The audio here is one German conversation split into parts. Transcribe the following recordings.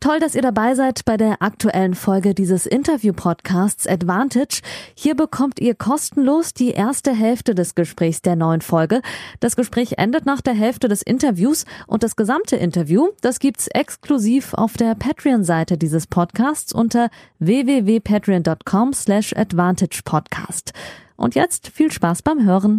Toll, dass ihr dabei seid bei der aktuellen Folge dieses Interview-Podcasts Advantage. Hier bekommt ihr kostenlos die erste Hälfte des Gesprächs der neuen Folge. Das Gespräch endet nach der Hälfte des Interviews und das gesamte Interview, das gibt's exklusiv auf der Patreon-Seite dieses Podcasts unter www.patreon.com/advantagepodcast. Und jetzt viel Spaß beim Hören.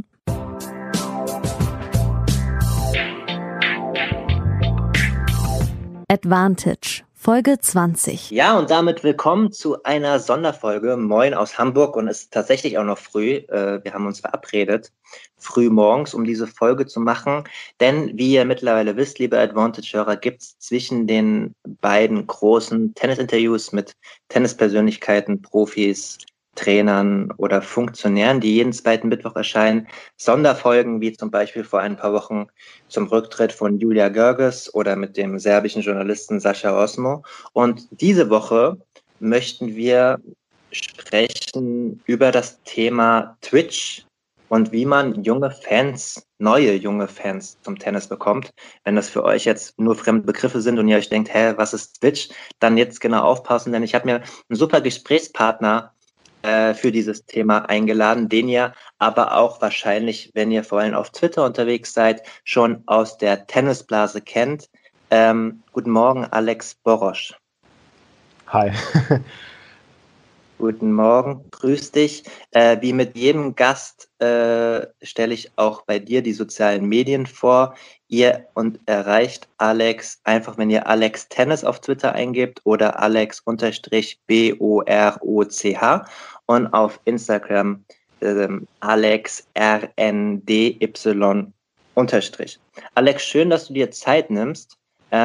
Advantage, Folge 20. Ja, und damit willkommen zu einer Sonderfolge. Moin aus Hamburg, und es ist tatsächlich auch noch früh. Wir haben uns verabredet, früh morgens, um diese Folge zu machen. Denn wie ihr mittlerweile wisst, liebe Advantage-Hörer, gibt es zwischen den beiden großen Tennisinterviews mit Tennispersönlichkeiten, Profis, Trainern oder Funktionären, die jeden zweiten Mittwoch erscheinen, Sonderfolgen, wie zum Beispiel vor ein paar Wochen zum Rücktritt von Julia Görges oder mit dem serbischen Journalisten Sascha Osmo. Und diese Woche möchten wir sprechen über das Thema Twitch und wie man neue junge Fans zum Tennis bekommt. Wenn das für euch jetzt nur fremde Begriffe sind und ihr euch denkt, was ist Twitch, dann jetzt genau aufpassen, denn ich habe mir einen super Gesprächspartner für dieses Thema eingeladen, den ihr aber auch wahrscheinlich, wenn ihr vor allem auf Twitter unterwegs seid, schon aus der Tennisblase kennt. Guten Morgen, Alex Borosch. Hi. Guten Morgen, grüß dich. Wie mit jedem Gast stelle ich auch bei dir die sozialen Medien vor. Ihr erreicht Alex einfach, wenn ihr Alex Tennis auf Twitter eingebt oder Alex_BOROCH und auf Instagram AlexRNDY_. Alex, schön, dass du dir Zeit nimmst.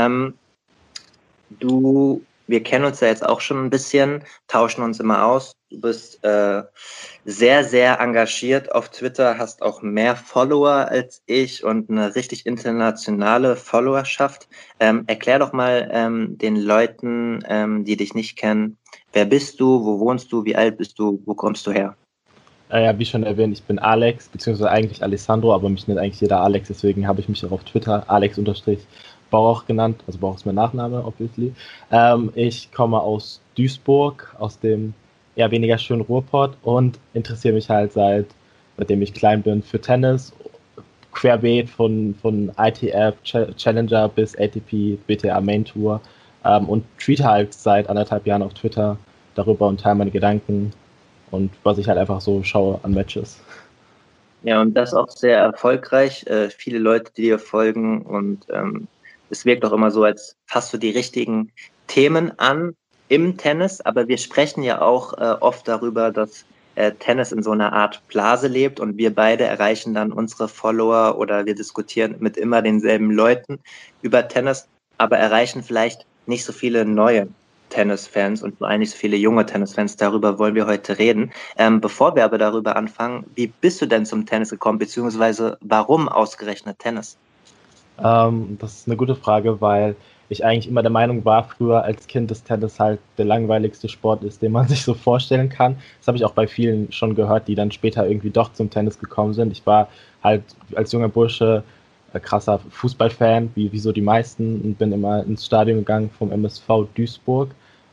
Wir kennen uns ja jetzt auch schon ein bisschen, tauschen uns immer aus. Du bist sehr, sehr engagiert auf Twitter, hast auch mehr Follower als ich und eine richtig internationale Followerschaft. Erklär doch mal den Leuten, die dich nicht kennen, wer bist du, wo wohnst du, wie alt bist du, wo kommst du her? Ja, wie schon erwähnt, ich bin Alex, beziehungsweise eigentlich Alessandro, aber mich nennt eigentlich jeder Alex, deswegen habe ich mich auch auf Twitter Alex_Bauch genannt, also Bauch ist mein Nachname, obviously. Ich komme aus Duisburg, aus dem eher weniger schönen Ruhrpott und interessiere mich halt seitdem ich klein bin für Tennis, querbeet von ITF, Challenger bis ATP, WTA Main Tour und tweete halt seit 1,5 Jahren auf Twitter darüber und teile meine Gedanken und was ich halt einfach so schaue an Matches. Ja, und das auch sehr erfolgreich. Viele Leute, die dir folgen, und es wirkt auch immer so, als fasst du die richtigen Themen an im Tennis. Aber wir sprechen ja auch oft darüber, dass Tennis in so einer Art Blase lebt und wir beide erreichen dann unsere Follower oder wir diskutieren mit immer denselben Leuten über Tennis, aber erreichen vielleicht nicht so viele neue Tennisfans und vor allem nicht so viele junge Tennisfans. Darüber wollen wir heute reden. Bevor wir aber darüber anfangen, wie bist du denn zum Tennis gekommen, beziehungsweise warum ausgerechnet Tennis? Das ist eine gute Frage, weil ich eigentlich immer der Meinung war, früher als Kind, dass Tennis halt der langweiligste Sport ist, den man sich so vorstellen kann. Das habe ich auch bei vielen schon gehört, die dann später irgendwie doch zum Tennis gekommen sind. Ich war halt als junger Bursche krasser Fußballfan, wie so die meisten, und bin immer ins Stadion gegangen vom MSV Duisburg.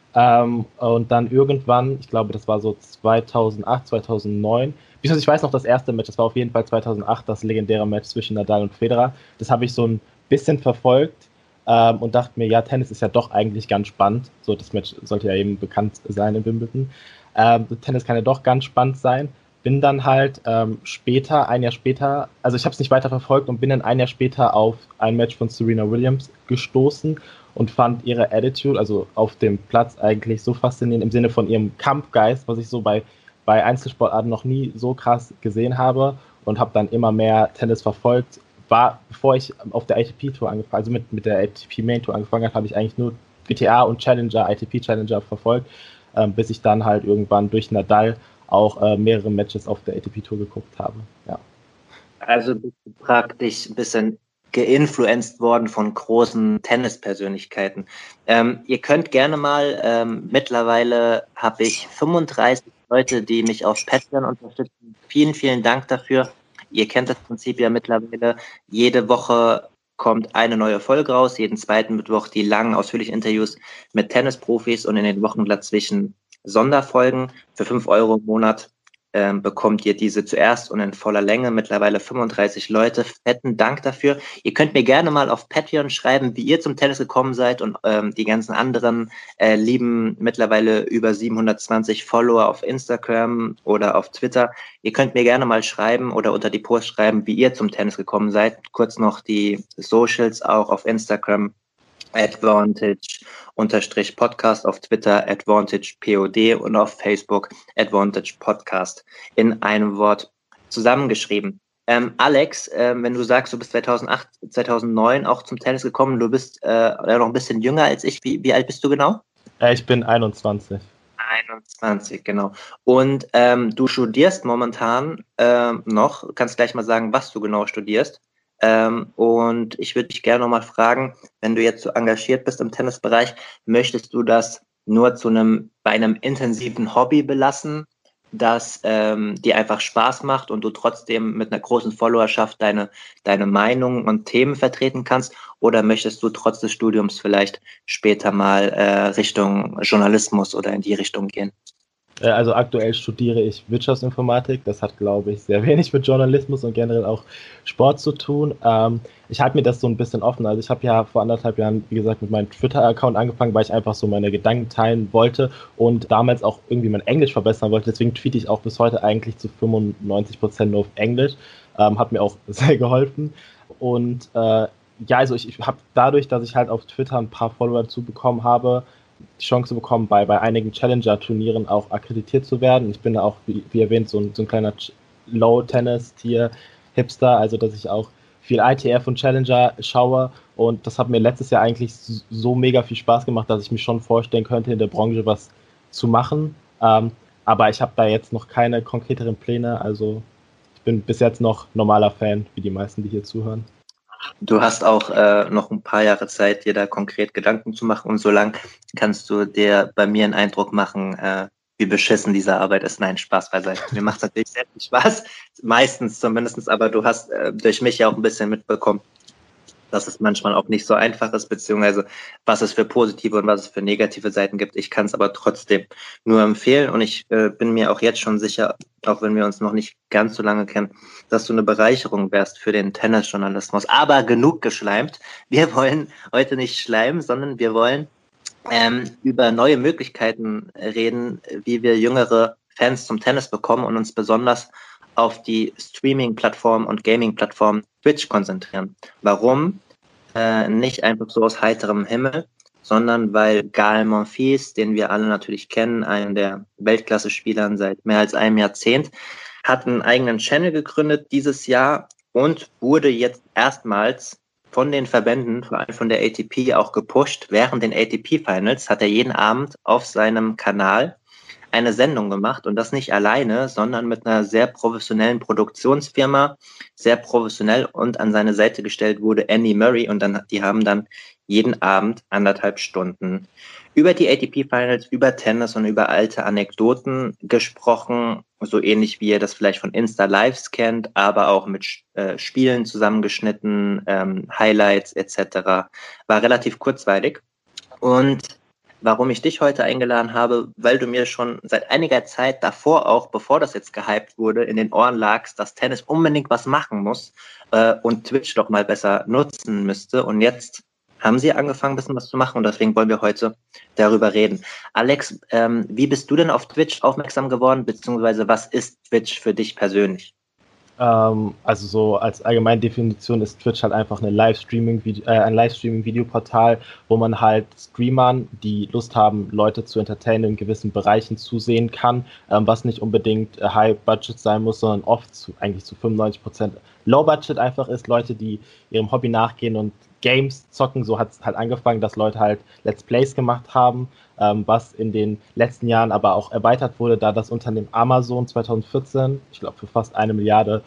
Und dann irgendwann, ich glaube, das war so 2008, 2009, ich weiß noch das erste Match, das war auf jeden Fall 2008, das legendäre Match zwischen Nadal und Federer. Das habe ich so ein bisschen verfolgt und dachte mir, ja, Tennis ist ja doch eigentlich ganz spannend. So, das Match sollte ja eben bekannt sein in Wimbledon. Tennis kann ja doch ganz spannend sein. Bin dann halt ein Jahr später, also ich habe es nicht weiter verfolgt und bin dann ein Jahr später auf ein Match von Serena Williams gestoßen und fand ihre Attitude, also auf dem Platz, eigentlich so faszinierend im Sinne von ihrem Kampfgeist, was ich so bei Einzelsportarten noch nie so krass gesehen habe, und habe dann immer mehr Tennis verfolgt. Bevor ich auf der ATP-Tour angefangen, also mit der ATP-Main-Tour angefangen habe, habe ich eigentlich nur WTA und Challenger, ITP-Challenger verfolgt, bis ich dann halt irgendwann durch Nadal auch mehrere Matches auf der ATP-Tour geguckt habe. Ja. Also bist du praktisch ein bisschen geinfluenced worden von großen Tennispersönlichkeiten. Ihr könnt gerne mal, mittlerweile habe ich 35 Leute, die mich auf Patreon unterstützen. Vielen, vielen Dank dafür. Ihr kennt das Prinzip ja mittlerweile. Jede Woche kommt eine neue Folge raus, jeden zweiten Mittwoch die langen, ausführlichen Interviews mit Tennisprofis und in den Wochen dazwischen Sonderfolgen. Für 5 Euro im Monat bekommt ihr diese zuerst und in voller Länge. Mittlerweile 35 Leute. Fetten Dank dafür. Ihr könnt mir gerne mal auf Patreon schreiben, wie ihr zum Tennis gekommen seid und die ganzen anderen lieben mittlerweile über 720 Follower auf Instagram oder auf Twitter. Ihr könnt mir gerne mal schreiben oder unter die Post schreiben, wie ihr zum Tennis gekommen seid. Kurz noch die Socials auch auf Instagram. Advantage_Podcast, auf Twitter AdvantagePod und auf Facebook Advantage Podcast in einem Wort zusammengeschrieben. Alex, wenn du sagst, du bist 2008, 2009 auch zum Tennis gekommen, du bist noch ein bisschen jünger als ich. Wie alt bist du genau? Ich bin 21. 21, genau. Und du studierst momentan noch. Kannst gleich mal sagen, was du genau studierst. Und ich würde dich gerne nochmal fragen, wenn du jetzt so engagiert bist im Tennisbereich, möchtest du das nur bei einem intensiven Hobby belassen, das dir einfach Spaß macht und du trotzdem mit einer großen Followerschaft deine Meinung und Themen vertreten kannst? Oder möchtest du trotz des Studiums vielleicht später mal Richtung Journalismus oder in die Richtung gehen? Also aktuell studiere ich Wirtschaftsinformatik. Das hat, glaube ich, sehr wenig mit Journalismus und generell auch Sport zu tun. Ich halte mir das so ein bisschen offen. Also ich habe ja vor 1,5 Jahren, wie gesagt, mit meinem Twitter-Account angefangen, weil ich einfach so meine Gedanken teilen wollte und damals auch irgendwie mein Englisch verbessern wollte. Deswegen tweete ich auch bis heute eigentlich zu 95% nur auf Englisch. Hat mir auch sehr geholfen. Und also ich habe dadurch, dass ich halt auf Twitter ein paar Follower dazu bekommen habe, die Chance bekommen, bei einigen Challenger-Turnieren auch akkreditiert zu werden. Ich bin da auch, wie erwähnt, so ein kleiner Low-Tennis-Tier-Hipster, also dass ich auch viel ITF und Challenger schaue und das hat mir letztes Jahr eigentlich so mega viel Spaß gemacht, dass ich mir schon vorstellen könnte, in der Branche was zu machen. Aber ich habe da jetzt noch keine konkreteren Pläne, also ich bin bis jetzt noch normaler Fan, wie die meisten, die hier zuhören. Du hast auch noch ein paar Jahre Zeit, dir da konkret Gedanken zu machen und so lang kannst du dir bei mir einen Eindruck machen, wie beschissen diese Arbeit ist. Nein, Spaß beiseite. Mir macht es natürlich sehr viel Spaß, meistens zumindest, aber du hast durch mich ja auch ein bisschen mitbekommen, dass es manchmal auch nicht so einfach ist, beziehungsweise was es für positive und was es für negative Seiten gibt. Ich kann es aber trotzdem nur empfehlen und ich bin mir auch jetzt schon sicher, auch wenn wir uns noch nicht ganz so lange kennen, dass du eine Bereicherung wärst für den Tennisjournalismus. Aber genug geschleimt. Wir wollen heute nicht schleimen, sondern wir wollen über neue Möglichkeiten reden, wie wir jüngere Fans zum Tennis bekommen und uns besonders auf die Streaming-Plattform und Gaming-Plattform Twitch konzentrieren. Warum? Nicht einfach so aus heiterem Himmel, sondern weil Gael Monfils, den wir alle natürlich kennen, einen der Weltklasse-Spielern seit mehr als einem Jahrzehnt, hat einen eigenen Channel gegründet dieses Jahr und wurde jetzt erstmals von den Verbänden, vor allem von der ATP, auch gepusht. Während den ATP-Finals hat er jeden Abend auf seinem Kanal eine Sendung gemacht und das nicht alleine, sondern mit einer sehr professionellen Produktionsfirma, sehr professionell, und an seine Seite gestellt wurde Annie Murray und die haben dann jeden Abend 1,5 Stunden über die ATP-Finals, über Tennis und über alte Anekdoten gesprochen, so ähnlich wie ihr das vielleicht von Insta-Lives kennt, aber auch mit Spielen zusammengeschnitten, Highlights etc. War relativ kurzweilig. Und warum ich dich heute eingeladen habe, weil du mir schon seit einiger Zeit davor auch, bevor das jetzt gehypt wurde, in den Ohren lagst, dass Tennis unbedingt was machen muss und Twitch doch mal besser nutzen müsste. Und jetzt haben sie angefangen, ein bisschen was zu machen und deswegen wollen wir heute darüber reden. Alex, wie bist du denn auf Twitch aufmerksam geworden, beziehungsweise was ist Twitch für dich persönlich? Also so als allgemeine Definition ist Twitch halt einfach ein Livestreaming-Videoportal, wo man halt Streamern, die Lust haben, Leute zu entertainen, in gewissen Bereichen zusehen kann, was nicht unbedingt High-Budget sein muss, sondern oft eigentlich zu 95% Low-Budget einfach ist. Leute, die ihrem Hobby nachgehen und Games zocken, so hat es halt angefangen, dass Leute halt Let's Plays gemacht haben, was in den letzten Jahren aber auch erweitert wurde, da das Unternehmen Amazon 2014, ich glaube für fast 1 Milliarde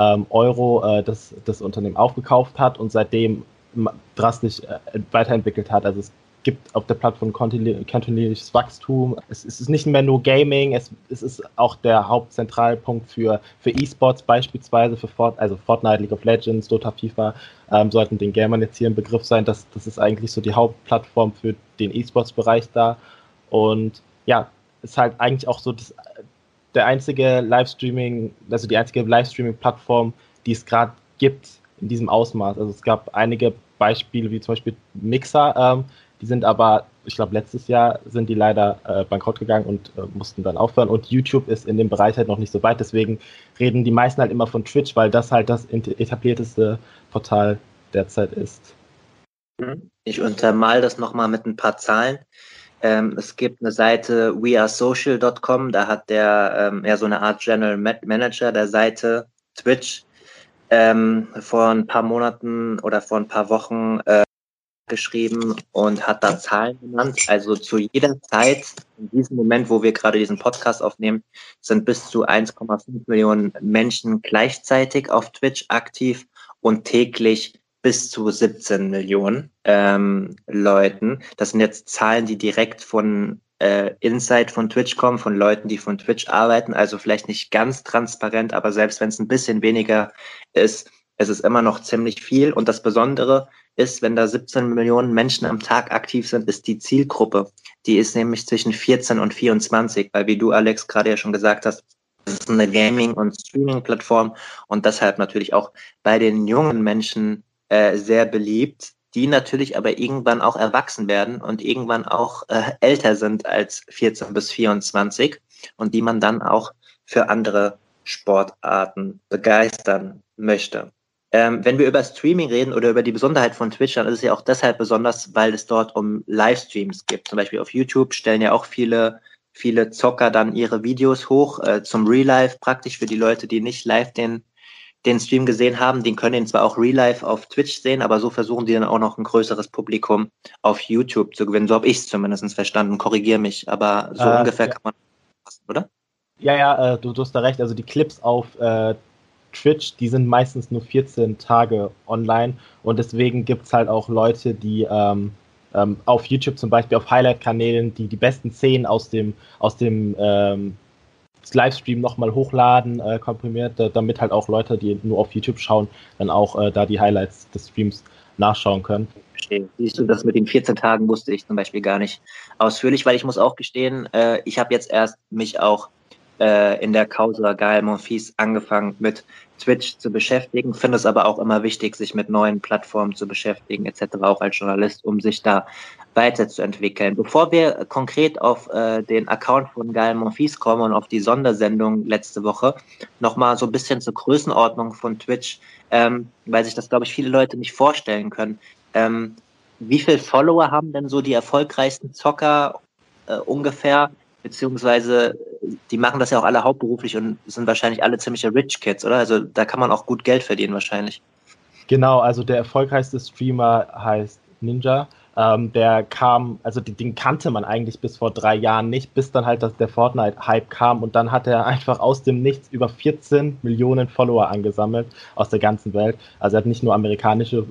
Euro, das Unternehmen aufgekauft hat und seitdem drastisch weiterentwickelt hat. Also es gibt auf der Plattform kontinuierliches Wachstum. Es ist nicht mehr nur Gaming, es ist auch der Hauptzentralpunkt für E-Sports beispielsweise, für Fortnite, League of Legends, Dota, FIFA, sollten den Gamern jetzt hier ein Begriff sein. Das ist eigentlich so die Hauptplattform für den E-Sports-Bereich da. Und ja, ist halt eigentlich auch so die einzige Livestreaming-Plattform, die es gerade gibt in diesem Ausmaß. Also es gab einige Beispiele, wie zum Beispiel Mixer, die sind aber, ich glaube, letztes Jahr sind die leider bankrott gegangen und mussten dann aufhören. Und YouTube ist in dem Bereich halt noch nicht so weit. Deswegen reden die meisten halt immer von Twitch, weil das halt das etablierteste Portal derzeit ist. Ich untermal das nochmal mit ein paar Zahlen. Es gibt eine Seite wearesocial.com, da hat der so eine Art General Manager der Seite Twitch vor ein paar Monaten oder vor ein paar Wochen geschrieben und hat da Zahlen genannt. Also zu jeder Zeit, in diesem Moment, wo wir gerade diesen Podcast aufnehmen, sind bis zu 1,5 Millionen Menschen gleichzeitig auf Twitch aktiv und täglich bis zu 17 Millionen Leuten. Das sind jetzt Zahlen, die direkt von Inside von Twitch kommen, von Leuten, die von Twitch arbeiten. Also vielleicht nicht ganz transparent, aber selbst wenn es ein bisschen weniger ist, es ist immer noch ziemlich viel. Und das Besondere ist, wenn da 17 Millionen Menschen am Tag aktiv sind, ist die Zielgruppe. Die ist nämlich zwischen 14 und 24, weil wie du, Alex, gerade ja schon gesagt hast, das ist eine Gaming- und Streaming-Plattform und deshalb natürlich auch bei den jungen Menschen sehr beliebt, die natürlich aber irgendwann auch erwachsen werden und irgendwann auch älter sind als 14 bis 24 und die man dann auch für andere Sportarten begeistern möchte. Wenn wir über Streaming reden oder über die Besonderheit von Twitch, dann ist es ja auch deshalb besonders, weil es dort um Livestreams gibt. Zum Beispiel auf YouTube stellen ja auch viele Zocker dann ihre Videos hoch zum Real Life praktisch für die Leute, die nicht live den Stream gesehen haben. Den können den zwar auch Real Life auf Twitch sehen, aber so versuchen die dann auch noch ein größeres Publikum auf YouTube zu gewinnen. So habe ich es zumindest verstanden. Korrigiere mich, aber so ungefähr ja. kann man passen, oder? Ja, du hast da recht. Also die Clips auf Twitch, die sind meistens nur 14 Tage online und deswegen gibt es halt auch Leute, die auf YouTube zum Beispiel auf Highlight-Kanälen die besten Szenen aus dem Livestream nochmal hochladen, komprimiert, damit halt auch Leute, die nur auf YouTube schauen, dann auch da die Highlights des Streams nachschauen können. Siehst du, das mit den 14 Tagen wusste ich zum Beispiel gar nicht ausführlich, weil ich muss auch gestehen, ich habe jetzt erst mich auch in der Causa Gael Monfils angefangen mit Twitch zu beschäftigen, finde es aber auch immer wichtig, sich mit neuen Plattformen zu beschäftigen etc., auch als Journalist, um sich da weiterzuentwickeln. Bevor wir konkret auf den Account von Gael Monfils kommen und auf die Sondersendung letzte Woche, nochmal so ein bisschen zur Größenordnung von Twitch, weil sich das, glaube ich, viele Leute nicht vorstellen können. Wie viele Follower haben denn so die erfolgreichsten Zocker ungefähr? Beziehungsweise, die machen das ja auch alle hauptberuflich und sind wahrscheinlich alle ziemliche Rich Kids, oder? Also da kann man auch gut Geld verdienen wahrscheinlich. Genau, also der erfolgreichste Streamer heißt Ninja. Den kannte man eigentlich bis vor 3 Jahren nicht, bis dann halt der Fortnite-Hype kam und dann hat er einfach aus dem Nichts über 14 Millionen Follower angesammelt aus der ganzen Welt. Also er hat nicht nur amerikanische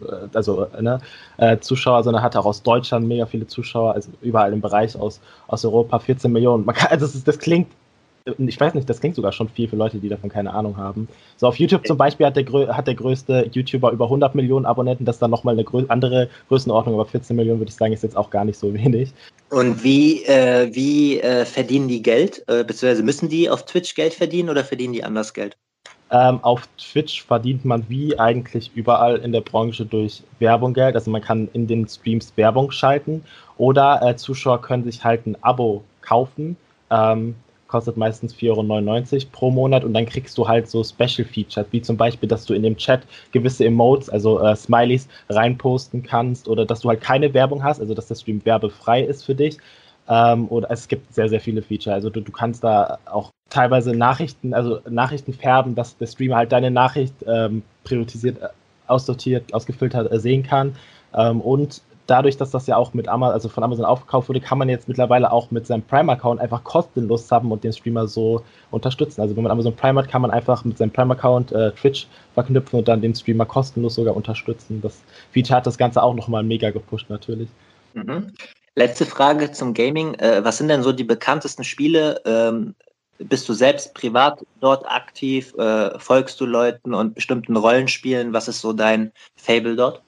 Zuschauer, sondern hat auch aus Deutschland mega viele Zuschauer, also überall im Bereich aus Europa 14 Millionen. Das klingt, ich weiß nicht, das klingt sogar schon viel für Leute, die davon keine Ahnung haben. So auf YouTube zum Beispiel hat der größte YouTuber über 100 Millionen Abonnenten, das ist dann nochmal eine andere Größenordnung, aber 14 Millionen würde ich sagen, ist jetzt auch gar nicht so wenig. Und wie verdienen die Geld? Beziehungsweise müssen die auf Twitch Geld verdienen oder verdienen die anders Geld? Auf Twitch verdient man wie eigentlich überall in der Branche durch Werbung Geld. Also man kann in den Streams Werbung schalten oder Zuschauer können sich halt ein Abo kaufen. Kostet meistens 4,99 € pro Monat und dann kriegst du halt so Special Features, wie zum Beispiel, dass du in dem Chat gewisse Emotes, also Smileys, reinposten kannst oder dass du halt keine Werbung hast, also dass der Stream werbefrei ist für dich. Oder es gibt sehr, sehr viele Features. Also du kannst da auch teilweise Nachrichten färben, dass der Streamer halt deine Nachricht priorisiert, aussortiert, ausgefiltert sehen kann. Und dadurch, dass das ja auch von Amazon aufgekauft wurde, kann man jetzt mittlerweile auch mit seinem Prime-Account einfach kostenlos haben und den Streamer so unterstützen. Also wenn man Amazon Prime hat, kann man einfach mit seinem Prime-Account Twitch verknüpfen und dann den Streamer kostenlos sogar unterstützen. Das Feature hat das Ganze auch nochmal mega gepusht natürlich. Mhm. Letzte Frage zum Gaming. Was sind denn so die bekanntesten Spiele? Bist du selbst privat dort aktiv? Folgst du Leuten und bestimmten Rollenspielen? Was ist so dein Fable dort?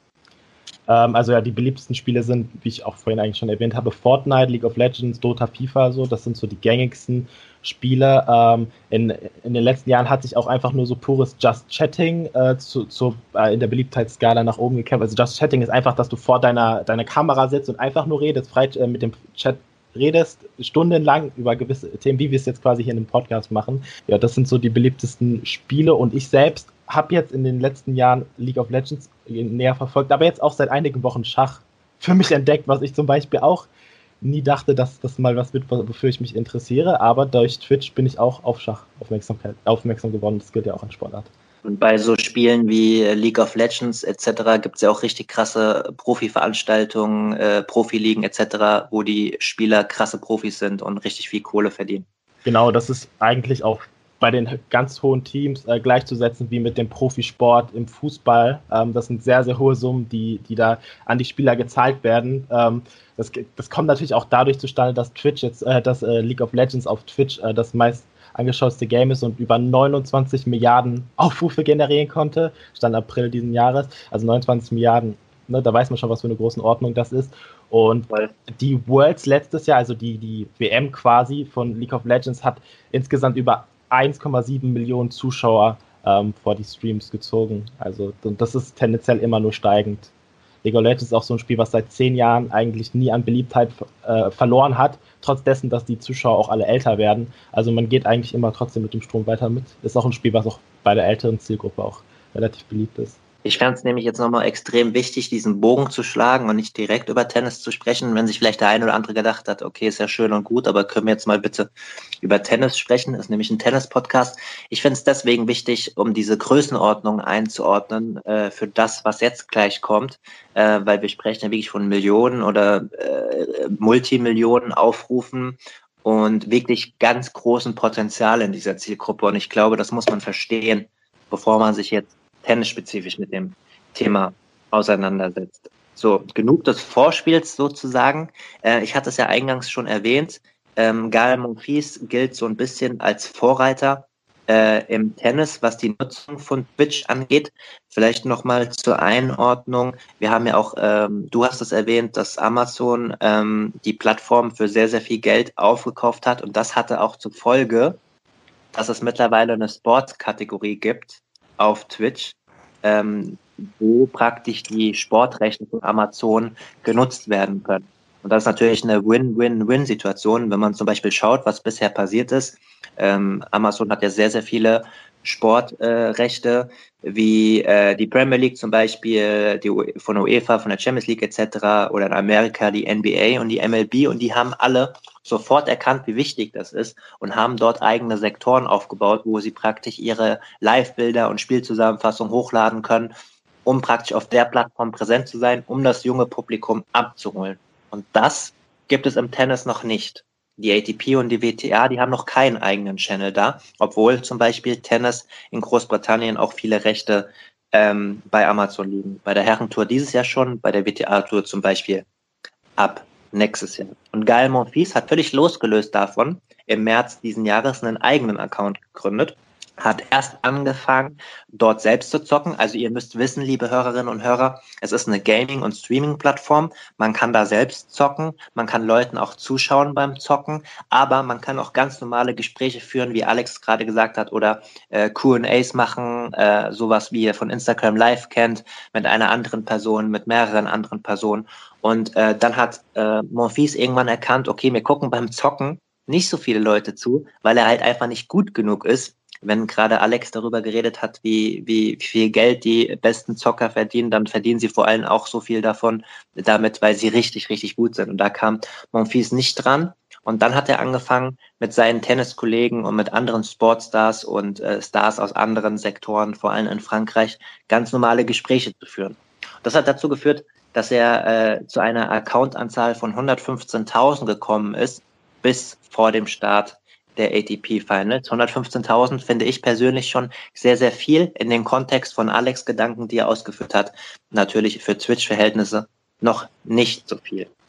Also ja, die beliebtesten Spiele sind, wie ich auch vorhin eigentlich schon erwähnt habe, Fortnite, League of Legends, Dota, FIFA, so. Das sind so die gängigsten Spiele. In den letzten Jahren hat sich auch einfach nur so pures Just Chatting in der Beliebtheitsskala nach oben gekämpft. Also Just Chatting ist einfach, dass du vor deiner Kamera sitzt und einfach nur redest, frei mit dem Chat redest, stundenlang über gewisse Themen, wie wir es jetzt quasi hier in dem Podcast machen. Ja, das sind so die beliebtesten Spiele und ich selbst habe jetzt in den letzten Jahren League of Legends näher verfolgt, aber jetzt auch seit einigen Wochen Schach für mich entdeckt, was ich zum Beispiel auch nie dachte, dass das mal was wird, wofür ich mich interessiere, aber durch Twitch bin ich auch auf Schach aufmerksam geworden. Das gilt ja auch als Sportart. Und bei so Spielen wie League of Legends etc. gibt es ja auch richtig krasse Profi-Veranstaltungen, Profiligen etc., wo die Spieler krasse Profis sind und richtig viel Kohle verdienen. Genau, das ist eigentlich auch bei den ganz hohen Teams gleichzusetzen wie mit dem Profisport im Fußball. Das sind sehr, sehr hohe Summen, die da an die Spieler gezahlt werden. Das kommt natürlich auch dadurch zustande, dass dass League of Legends auf Twitch das meist angeschautste Game ist und über 29 Milliarden Aufrufe generieren konnte, Stand April diesen Jahres, also 29 Milliarden, ne, da weiß man schon, was für eine Größenordnung das ist. Und die Worlds letztes Jahr, also die WM quasi von League of Legends, hat insgesamt über 1,7 Millionen Zuschauer vor die Streams gezogen. Also das ist tendenziell immer nur steigend. League of Legends ist auch so ein Spiel, was seit 10 Jahren eigentlich nie an Beliebtheit verloren hat, trotz dessen, dass die Zuschauer auch alle älter werden. Also man geht eigentlich immer trotzdem mit dem Strom weiter mit. Ist auch ein Spiel, was auch bei der älteren Zielgruppe auch relativ beliebt ist. Ich fand es nämlich jetzt nochmal extrem wichtig, diesen Bogen zu schlagen und nicht direkt über Tennis zu sprechen, wenn sich vielleicht der eine oder andere gedacht hat, okay, ist ja schön und gut, aber können wir jetzt mal bitte über Tennis sprechen? Das ist nämlich ein Tennis-Podcast. Ich finde es deswegen wichtig, um diese Größenordnung einzuordnen für das, was jetzt gleich kommt, weil wir sprechen ja wirklich von Millionen oder Multimillionen Aufrufen und wirklich ganz großen Potenzial in dieser Zielgruppe. Und ich glaube, das muss man verstehen, bevor man sich jetzt tennisspezifisch mit dem Thema auseinandersetzt. So, genug des Vorspiels sozusagen. Ich hatte es ja eingangs schon erwähnt. Gael Monfils gilt so ein bisschen als Vorreiter im Tennis, was die Nutzung von Twitch angeht. Vielleicht nochmal zur Einordnung. Wir haben ja auch, du hast es erwähnt, dass Amazon die Plattform für sehr, sehr viel Geld aufgekauft hat. Und das hatte auch zur Folge, dass es mittlerweile eine Sportkategorie gibt auf Twitch, wo praktisch die Sportrechte von Amazon genutzt werden können. Und das ist natürlich eine Win-Win-Win-Situation, wenn man zum Beispiel schaut, was bisher passiert ist. Amazon hat ja sehr, sehr viele Sportrechte, wie die Premier League zum Beispiel, von der UEFA, von der Champions League etc. oder in Amerika die NBA und die MLB, und die haben alle sofort erkannt, wie wichtig das ist und haben dort eigene Sektoren aufgebaut, wo sie praktisch ihre Live-Bilder und Spielzusammenfassungen hochladen können, um praktisch auf der Plattform präsent zu sein, um das junge Publikum abzuholen. Und das gibt es im Tennis noch nicht. Die ATP und die WTA, die haben noch keinen eigenen Channel da, obwohl zum Beispiel Tennis in Großbritannien auch viele Rechte bei Amazon liegen. Bei der Herrentour dieses Jahr schon, bei der WTA-Tour zum Beispiel ab nächstes Jahr. Und Gael Monfils hat völlig losgelöst davon im März diesen Jahres einen eigenen Account gegründet, hat erst angefangen, dort selbst zu zocken. Also ihr müsst wissen, liebe Hörerinnen und Hörer, es ist eine Gaming- und Streaming-Plattform. Man kann da selbst zocken, man kann Leuten auch zuschauen beim Zocken, aber man kann auch ganz normale Gespräche führen, wie Alex gerade gesagt hat, oder Q&As machen, sowas wie ihr von Instagram Live kennt, mit einer anderen Person, mit mehreren anderen Personen. Und dann hat Monfils irgendwann erkannt, okay, wir gucken beim Zocken nicht so viele Leute zu, weil er halt einfach nicht gut genug ist. Wenn gerade Alex darüber geredet hat, wie viel Geld die besten Zocker verdienen, dann verdienen sie vor allem auch so viel damit, weil sie richtig, richtig gut sind. Und da kam Monfils nicht dran. Und dann hat er angefangen, mit seinen Tenniskollegen und mit anderen Sportstars und Stars aus anderen Sektoren, vor allem in Frankreich, ganz normale Gespräche zu führen. Das hat dazu geführt, dass er zu einer Accountanzahl von 115.000 gekommen ist, bis vor dem Start der ATP Finals. 115.000 finde ich persönlich schon sehr, sehr viel in dem Kontext von Alex' Gedanken, die er ausgeführt hat. Natürlich für Twitch-Verhältnisse noch nicht so viel.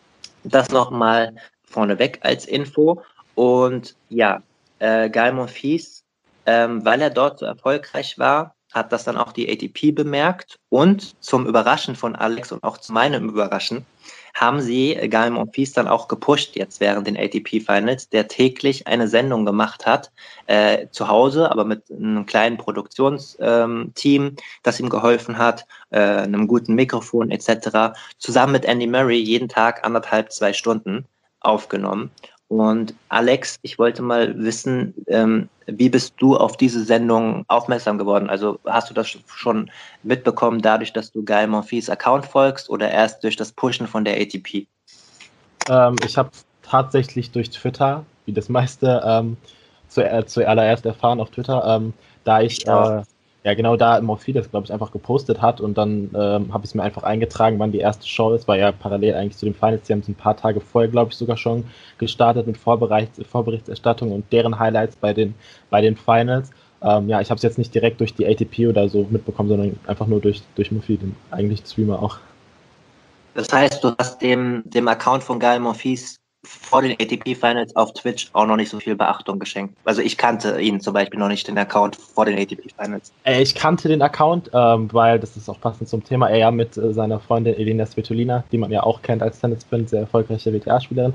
Das nochmal vorneweg als Info. Und ja, Guy Monfils, weil er dort so erfolgreich war, hat das dann auch die ATP bemerkt. Und zum Überraschen von Alex und auch zu meinem Überraschen haben sie Guy Monfils dann auch gepusht jetzt während den ATP Finals, der täglich eine Sendung gemacht hat, zu Hause, aber mit einem kleinen Produktionsteam, das ihm geholfen hat, einem guten Mikrofon etc., zusammen mit Andy Murray jeden Tag 1,5, 2 Stunden aufgenommen. Und Alex, ich wollte mal wissen, wie bist du auf diese Sendung aufmerksam geworden? Also hast du das schon mitbekommen, dadurch, dass du Guy Monfils Account folgst oder erst durch das Pushen von der ATP? Ich habe tatsächlich durch Twitter, wie das meiste, zuallererst erfahren auf Twitter, da ich ja genau da Morphy das, glaube ich, einfach gepostet hat und dann habe ich es mir einfach eingetragen, wann die erste Show ist, war ja parallel eigentlich zu den Finals, die haben es ein paar Tage vorher, glaube ich, sogar schon gestartet mit Vorberichterstattung und deren Highlights bei den Finals. Ja, ich habe es jetzt nicht direkt durch die ATP oder so mitbekommen, sondern einfach nur durch Morphy, den eigentlichen Streamer auch. Das heißt, du hast dem Account von Guy Monfils vor den ATP Finals auf Twitch auch noch nicht so viel Beachtung geschenkt. Also ich kannte ihn zum Beispiel noch nicht, den Account vor den ATP Finals. Ich kannte den Account, weil das ist auch passend zum Thema. Er ja mit seiner Freundin Elina Svitolina, die man ja auch kennt als Tennisfan, sehr erfolgreiche WTA-Spielerin,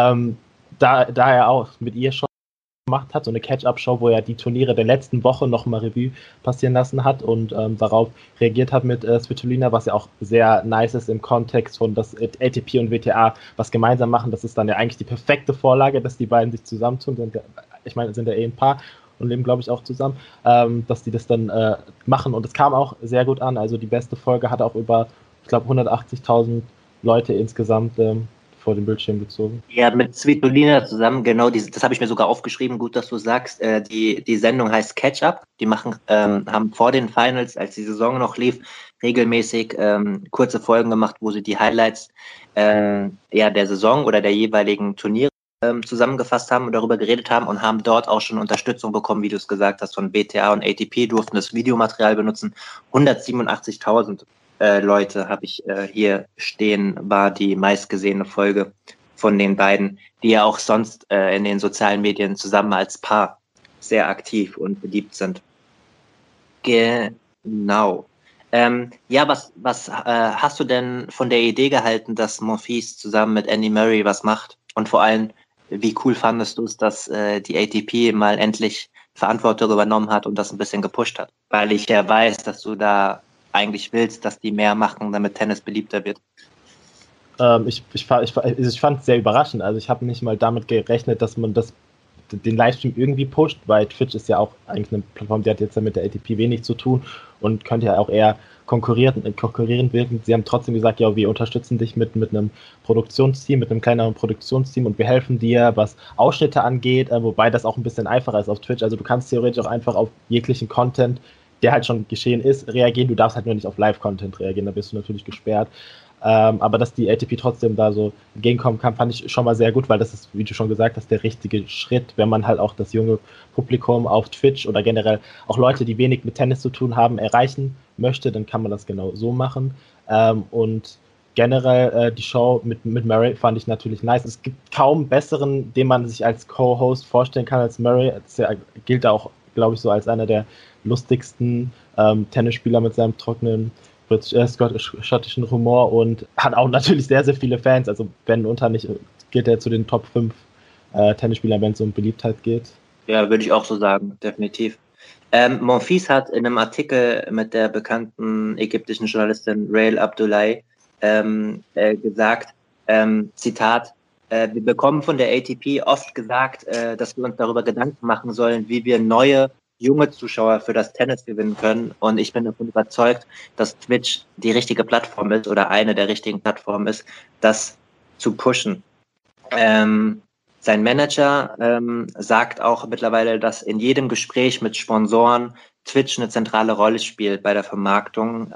da er auch mit ihr schon gemacht hat, so eine Catch-up-Show, wo er die Turniere der letzten Woche nochmal Revue passieren lassen hat und darauf reagiert hat mit Svitolina, was ja auch sehr nice ist im Kontext von, dass ATP und WTA was gemeinsam machen. Das ist dann ja eigentlich die perfekte Vorlage, dass die beiden sich zusammentun. Ich meine, sind ja ein Paar und leben, glaube ich, auch zusammen, dass die das dann machen. Und es kam auch sehr gut an. Also die beste Folge hat auch über, ich glaube, 180.000 Leute insgesamt vor dem Bildschirm gezogen. Ja, mit Svitolina zusammen, genau, das habe ich mir sogar aufgeschrieben, gut, dass du sagst, die Sendung heißt Catch-Up, die haben vor den Finals, als die Saison noch lief, regelmäßig kurze Folgen gemacht, wo sie die Highlights der Saison oder der jeweiligen Turniere zusammengefasst haben und darüber geredet haben und haben dort auch schon Unterstützung bekommen, wie du es gesagt hast, von WTA und ATP, durften das Videomaterial benutzen. 187.000 Leute habe ich hier stehen, war die meistgesehene Folge von den beiden, die ja auch sonst in den sozialen Medien zusammen als Paar sehr aktiv und beliebt sind. Genau. Ja, was hast du denn von der Idee gehalten, dass Monfils zusammen mit Andy Murray was macht? Und vor allem, wie cool fandest du es, dass die ATP mal endlich Verantwortung übernommen hat und das ein bisschen gepusht hat? Weil ich ja weiß, dass du da eigentlich willst, dass die mehr machen, damit Tennis beliebter wird. Ich fand es sehr überraschend. Also ich habe nicht mal damit gerechnet, dass man den Livestream irgendwie pusht, weil Twitch ist ja auch eigentlich eine Plattform, die hat jetzt ja mit der ATP wenig zu tun und könnte ja auch eher konkurrierend wirken. Sie haben trotzdem gesagt, ja, wir unterstützen dich mit einem Produktionsteam, mit einem kleineren Produktionsteam und wir helfen dir, was Ausschnitte angeht, wobei das auch ein bisschen einfacher ist auf Twitch. Also du kannst theoretisch auch einfach auf jeglichen Content, der halt schon geschehen ist, reagieren. Du darfst halt nur nicht auf Live-Content reagieren, da bist du natürlich gesperrt. Aber dass die ATP trotzdem da so entgegenkommen kann, fand ich schon mal sehr gut, weil das ist, wie du schon gesagt hast, der richtige Schritt, wenn man halt auch das junge Publikum auf Twitch oder generell auch Leute, die wenig mit Tennis zu tun haben, erreichen möchte, dann kann man das genau so machen. Und generell die Show mit Murray fand ich natürlich nice. Es gibt kaum besseren, den man sich als Co-Host vorstellen kann als Murray. Er gilt auch, glaube ich, so als einer der lustigsten Tennisspieler mit seinem trockenen schottischen Humor und hat auch natürlich sehr, sehr viele Fans. Also Ben Unter nicht gilt er zu den Top 5 Tennisspielern, wenn es um Beliebtheit geht. Ja, würde ich auch so sagen, definitiv. Monfils hat in einem Artikel mit der bekannten ägyptischen Journalistin Rail Abdullahi gesagt, Zitat, wir bekommen von der ATP oft gesagt, dass wir uns darüber Gedanken machen sollen, wie wir neue junge Zuschauer für das Tennis gewinnen können. Und ich bin davon überzeugt, dass Twitch die richtige Plattform ist oder eine der richtigen Plattformen ist, das zu pushen. Sein Manager sagt auch mittlerweile, dass in jedem Gespräch mit Sponsoren Twitch eine zentrale Rolle spielt bei der Vermarktung.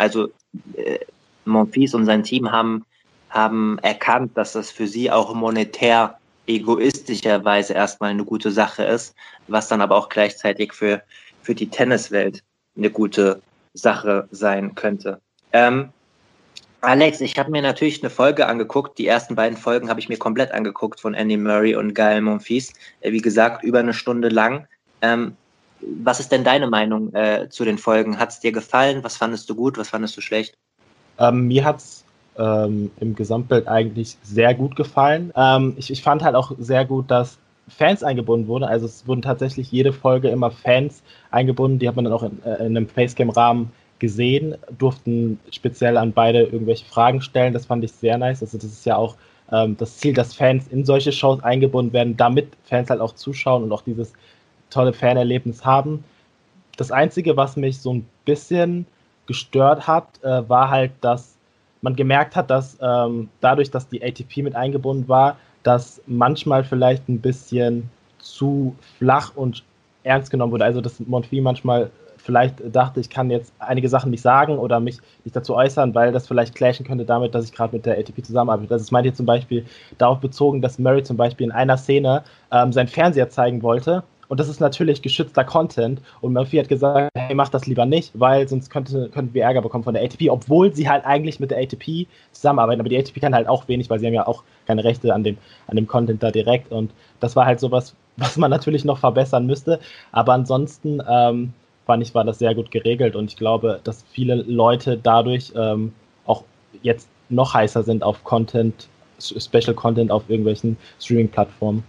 Monfils und sein Team haben erkannt, dass das für sie auch monetär egoistischerweise erstmal eine gute Sache ist, was dann aber auch gleichzeitig für die Tenniswelt eine gute Sache sein könnte. Alex, ich habe mir natürlich eine Folge angeguckt. Die ersten beiden Folgen habe ich mir komplett angeguckt von Andy Murray und Gael Monfils. Wie gesagt, über eine Stunde lang. Ähm, Was ist denn deine Meinung zu den Folgen? Hat es dir gefallen? Was fandest du gut? Was fandest du schlecht? Mir hat es im Gesamtbild eigentlich sehr gut gefallen. Ich fand halt auch sehr gut, dass Fans eingebunden wurden. Also es wurden tatsächlich jede Folge immer Fans eingebunden. Die hat man dann auch in einem Facecam-Rahmen gesehen, durften speziell an beide irgendwelche Fragen stellen. Das fand ich sehr nice. Also das ist ja auch das Ziel, dass Fans in solche Shows eingebunden werden, damit Fans halt auch zuschauen und auch dieses tolle Fanerlebnis haben. Das Einzige, was mich so ein bisschen gestört hat, war halt, dass man gemerkt hat, dass dadurch, dass die ATP mit eingebunden war, dass manchmal vielleicht ein bisschen zu flach und ernst genommen wurde. Also, dass Monfils manchmal vielleicht dachte, ich kann jetzt einige Sachen nicht sagen oder mich nicht dazu äußern, weil das vielleicht clashen könnte damit, dass ich gerade mit der ATP zusammenarbeite. Also, es meint jetzt zum Beispiel darauf bezogen, dass Murray zum Beispiel in einer Szene seinen Fernseher zeigen wollte. Und das ist natürlich geschützter Content. Und Murphy hat gesagt, hey, mach das lieber nicht, weil sonst könnten wir Ärger bekommen von der ATP, obwohl sie halt eigentlich mit der ATP zusammenarbeiten. Aber die ATP kann halt auch wenig, weil sie haben ja auch keine Rechte an dem Content da direkt. Und das war halt sowas, was man natürlich noch verbessern müsste. Aber ansonsten fand ich, war das sehr gut geregelt. Und ich glaube, dass viele Leute dadurch auch jetzt noch heißer sind auf Content, Special Content auf irgendwelchen Streaming-Plattformen.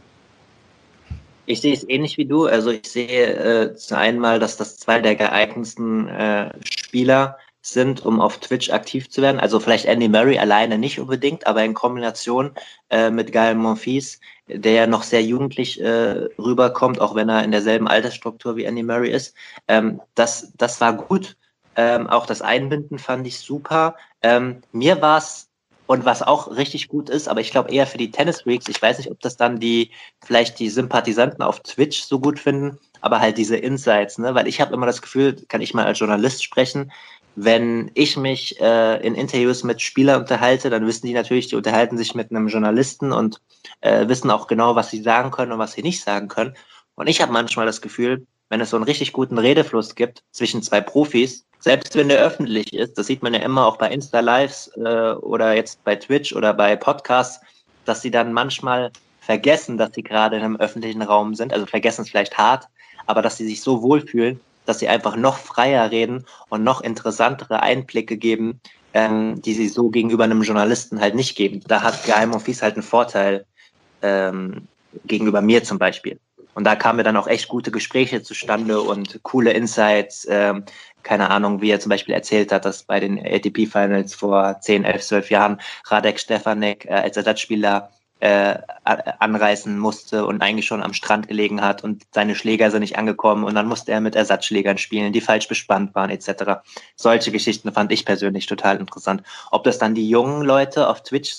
Ich sehe es ähnlich wie du. Also ich sehe zu einmal, dass das zwei der geeignetsten Spieler sind, um auf Twitch aktiv zu werden. Also vielleicht Andy Murray alleine nicht unbedingt, aber in Kombination mit Gael Monfils, der ja noch sehr jugendlich rüberkommt, auch wenn er in derselben Altersstruktur wie Andy Murray ist. Das war gut. Auch das Einbinden fand ich super. Mir war es, und was auch richtig gut ist, aber ich glaube eher für die Tennis-Freaks, ich weiß nicht, ob das dann vielleicht die Sympathisanten auf Twitch so gut finden, aber halt diese Insights, ne? Weil ich habe immer das Gefühl, kann ich mal als Journalist sprechen, wenn ich mich in Interviews mit Spielern unterhalte, dann wissen die natürlich, die unterhalten sich mit einem Journalisten und wissen auch genau, was sie sagen können und was sie nicht sagen können. Und ich habe manchmal das Gefühl, wenn es so einen richtig guten Redefluss gibt zwischen zwei Profis, selbst wenn der öffentlich ist, das sieht man ja immer auch bei Insta-Lives oder jetzt bei Twitch oder bei Podcasts, dass sie dann manchmal vergessen, dass sie gerade in einem öffentlichen Raum sind, also vergessen es vielleicht hart, aber dass sie sich so wohlfühlen, dass sie einfach noch freier reden und noch interessantere Einblicke geben, die sie so gegenüber einem Journalisten halt nicht geben. Da hat Gael Monfils halt einen Vorteil gegenüber mir zum Beispiel. Und da kamen mir dann auch echt gute Gespräche zustande und coole Insights. Keine Ahnung, wie er zum Beispiel erzählt hat, dass bei den ATP-Finals vor 10, 11, 12 Jahren Radek Stefanek als Ersatzspieler anreisen musste und eigentlich schon am Strand gelegen hat und seine Schläger sind nicht angekommen und dann musste er mit Ersatzschlägern spielen, die falsch bespannt waren etc. Solche Geschichten fand ich persönlich total interessant. Ob das dann die jungen Leute auf Twitch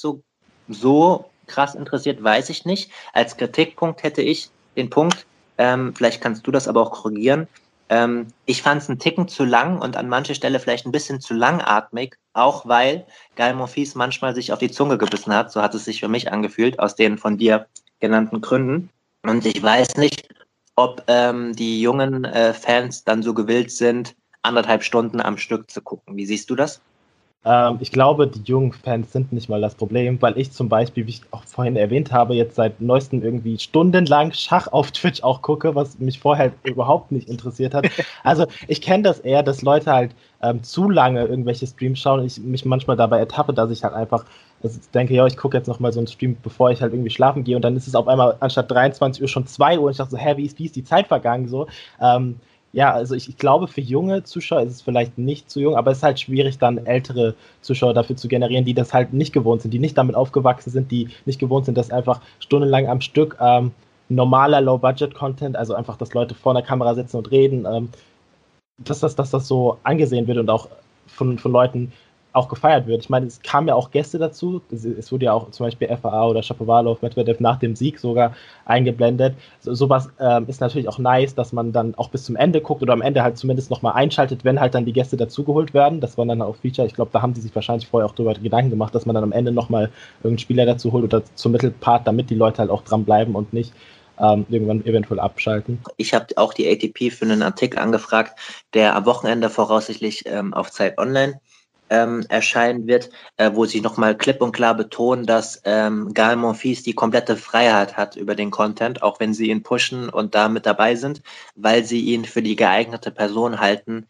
so krass interessiert, weiß ich nicht. Als Kritikpunkt hätte ich den Punkt, vielleicht kannst du das aber auch korrigieren. Ich fand es einen Ticken zu lang und an mancher Stelle vielleicht ein bisschen zu langatmig, auch weil Gael Monfils manchmal sich auf die Zunge gebissen hat, so hat es sich für mich angefühlt, aus den von dir genannten Gründen. Und ich weiß nicht, ob die jungen Fans dann so gewillt sind, 1,5 Stunden am Stück zu gucken. Wie siehst du das? Ich glaube, die jungen Fans sind nicht mal das Problem, weil ich zum Beispiel, wie ich auch vorhin erwähnt habe, jetzt seit neuestem irgendwie stundenlang Schach auf Twitch auch gucke, was mich vorher überhaupt nicht interessiert hat. Also ich kenne das eher, dass Leute halt zu lange irgendwelche Streams schauen und ich mich manchmal dabei ertappe, dass ich halt einfach denke, ja, ich gucke jetzt nochmal so einen Stream, bevor ich halt irgendwie schlafen gehe und dann ist es auf einmal anstatt 23 Uhr schon 2 Uhr und ich dachte so, hä, wie ist die Zeit vergangen so? Ja, also ich glaube, für junge Zuschauer ist es vielleicht nicht zu jung, aber es ist halt schwierig, dann ältere Zuschauer dafür zu generieren, die das halt nicht gewohnt sind, die nicht damit aufgewachsen sind, die nicht gewohnt sind, dass einfach stundenlang am Stück normaler Low-Budget-Content, also einfach, dass Leute vor der Kamera sitzen und reden, dass das so angesehen wird und auch von Leuten auch gefeiert wird. Ich meine, es kamen ja auch Gäste dazu. Es wurde ja auch zum Beispiel FAA oder Shapovalov, Medvedev nach dem Sieg sogar eingeblendet. Sowas ist natürlich auch nice, dass man dann auch bis zum Ende guckt oder am Ende halt zumindest nochmal einschaltet, wenn halt dann die Gäste dazugeholt werden. Das waren dann auch Feature. Ich glaube, da haben die sich wahrscheinlich vorher auch darüber Gedanken gemacht, dass man dann am Ende nochmal irgendeinen Spieler dazu holt oder zum Mittelpart, damit die Leute halt auch dranbleiben und nicht irgendwann eventuell abschalten. Ich habe auch die ATP für einen Artikel angefragt, der am Wochenende voraussichtlich auf Zeit Online erscheinen wird, wo sie nochmal klipp und klar betonen, dass Gael Monfils die komplette Freiheit hat über den Content, auch wenn sie ihn pushen und da mit dabei sind, weil sie ihn für die geeignete Person halten,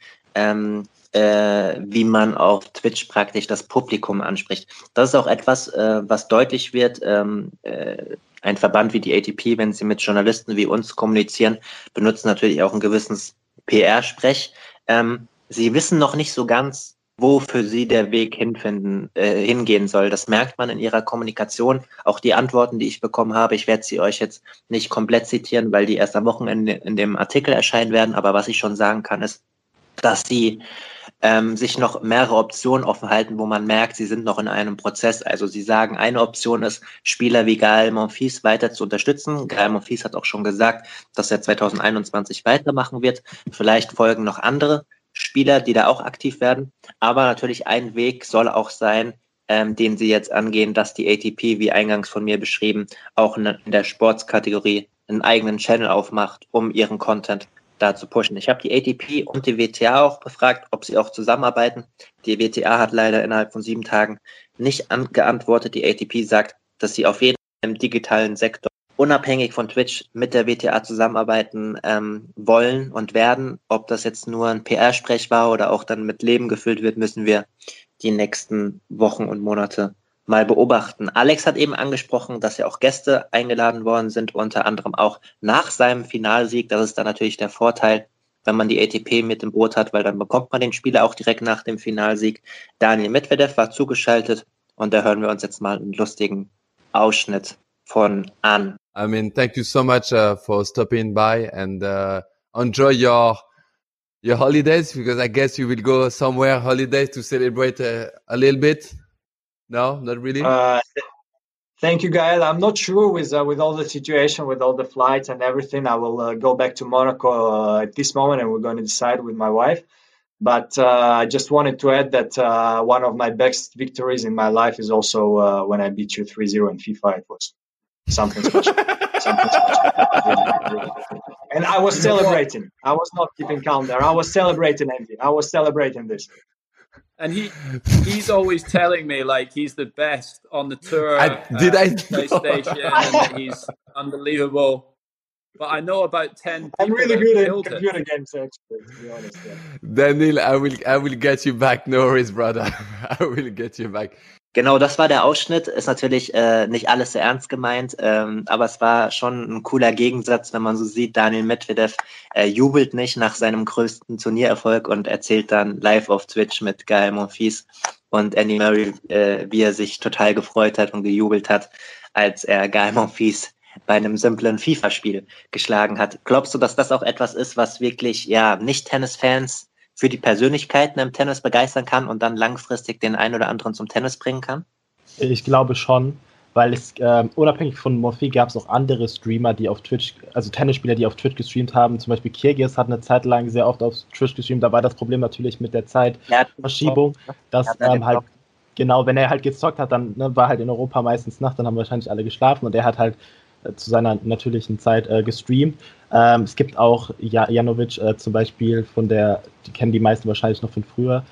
wie man auf Twitch praktisch das Publikum anspricht. Das ist auch etwas, was deutlich wird. Ein Verband wie die ATP, wenn sie mit Journalisten wie uns kommunizieren, benutzen natürlich auch ein gewisses PR-Sprech. Sie wissen noch nicht so ganz, wo für sie der Weg hingehen soll. Das merkt man in ihrer Kommunikation. Auch die Antworten, die ich bekommen habe, ich werde sie euch jetzt nicht komplett zitieren, weil die erst am Wochenende in dem Artikel erscheinen werden. Aber was ich schon sagen kann, ist, dass sie sich noch mehrere Optionen offen halten, wo man merkt, sie sind noch in einem Prozess. Also sie sagen, eine Option ist, Spieler wie Gael Monfils weiter zu unterstützen. Gael Monfils hat auch schon gesagt, dass er 2021 weitermachen wird. Vielleicht folgen noch andere Spieler, die da auch aktiv werden. Aber natürlich ein Weg soll auch sein, den sie jetzt angehen, dass die ATP, wie eingangs von mir beschrieben, auch in der Sportskategorie einen eigenen Channel aufmacht, um ihren Content da zu pushen. Ich habe die ATP und die WTA auch befragt, ob sie auch zusammenarbeiten. Die WTA hat leider innerhalb von 7 Tagen nicht geantwortet. Die ATP sagt, dass sie auf jeden Fall im digitalen Sektor unabhängig von Twitch mit der WTA zusammenarbeiten wollen und werden. Ob das jetzt nur ein PR-Sprech war oder auch dann mit Leben gefüllt wird, müssen wir die nächsten Wochen und Monate mal beobachten. Alex hat eben angesprochen, dass ja auch Gäste eingeladen worden sind, unter anderem auch nach seinem Finalsieg. Das ist dann natürlich der Vorteil, wenn man die ATP mit im Boot hat, weil dann bekommt man den Spieler auch direkt nach dem Finalsieg. Daniil Medvedev war zugeschaltet und da hören wir uns jetzt mal einen lustigen Ausschnitt von an. I mean, thank you so much for stopping by and enjoy your holidays, because I guess you will go somewhere holidays to celebrate a little bit. No, not really. Thank you, Gael. I'm not sure with all the situation, with all the flights and everything. I will go back to Monaco at this moment, and we're going to decide with my wife. But I just wanted to add that one of my best victories in my life is also when I beat you 3-0 in FIFA. It was something special. Something special. And I was celebrating. I was not keeping calm there. I was celebrating, Andy. I was celebrating this. And he's always telling me like he's the best on the tour. PlayStation, and that he's unbelievable. But I know about 10 people. I'm really good at computer games, actually, to be honest. Yeah. Daniil, I will get you back. No worries, brother. I will get you back. Genau, das war der Ausschnitt. Ist natürlich nicht alles so ernst gemeint, aber es war schon ein cooler Gegensatz, wenn man so sieht, Daniil Medvedev jubelt nicht nach seinem größten Turniererfolg und erzählt dann live auf Twitch mit Gael Monfils und Andy Murray, wie er sich total gefreut hat und gejubelt hat, als er Gael Monfils bei einem simplen FIFA-Spiel geschlagen hat. Glaubst du, dass das auch etwas ist, was wirklich Nicht-Tennis-Fans für die Persönlichkeiten im Tennis begeistern kann und dann langfristig den einen oder anderen zum Tennis bringen kann? Ich glaube schon, weil es unabhängig von Monfils gab es auch andere Streamer, die auf Twitch, also Tennisspieler, die auf Twitch gestreamt haben. Zum Beispiel Kyrgios hat eine Zeit lang sehr oft auf Twitch gestreamt. Da war das Problem natürlich mit der Zeitverschiebung, dass halt, genau, wenn er halt gezockt hat, dann war halt in Europa meistens Nacht, dann haben wahrscheinlich alle geschlafen und er hat halt zu seiner natürlichen Zeit gestreamt. Es gibt auch Janovic zum Beispiel, die kennen die meisten wahrscheinlich noch von früher.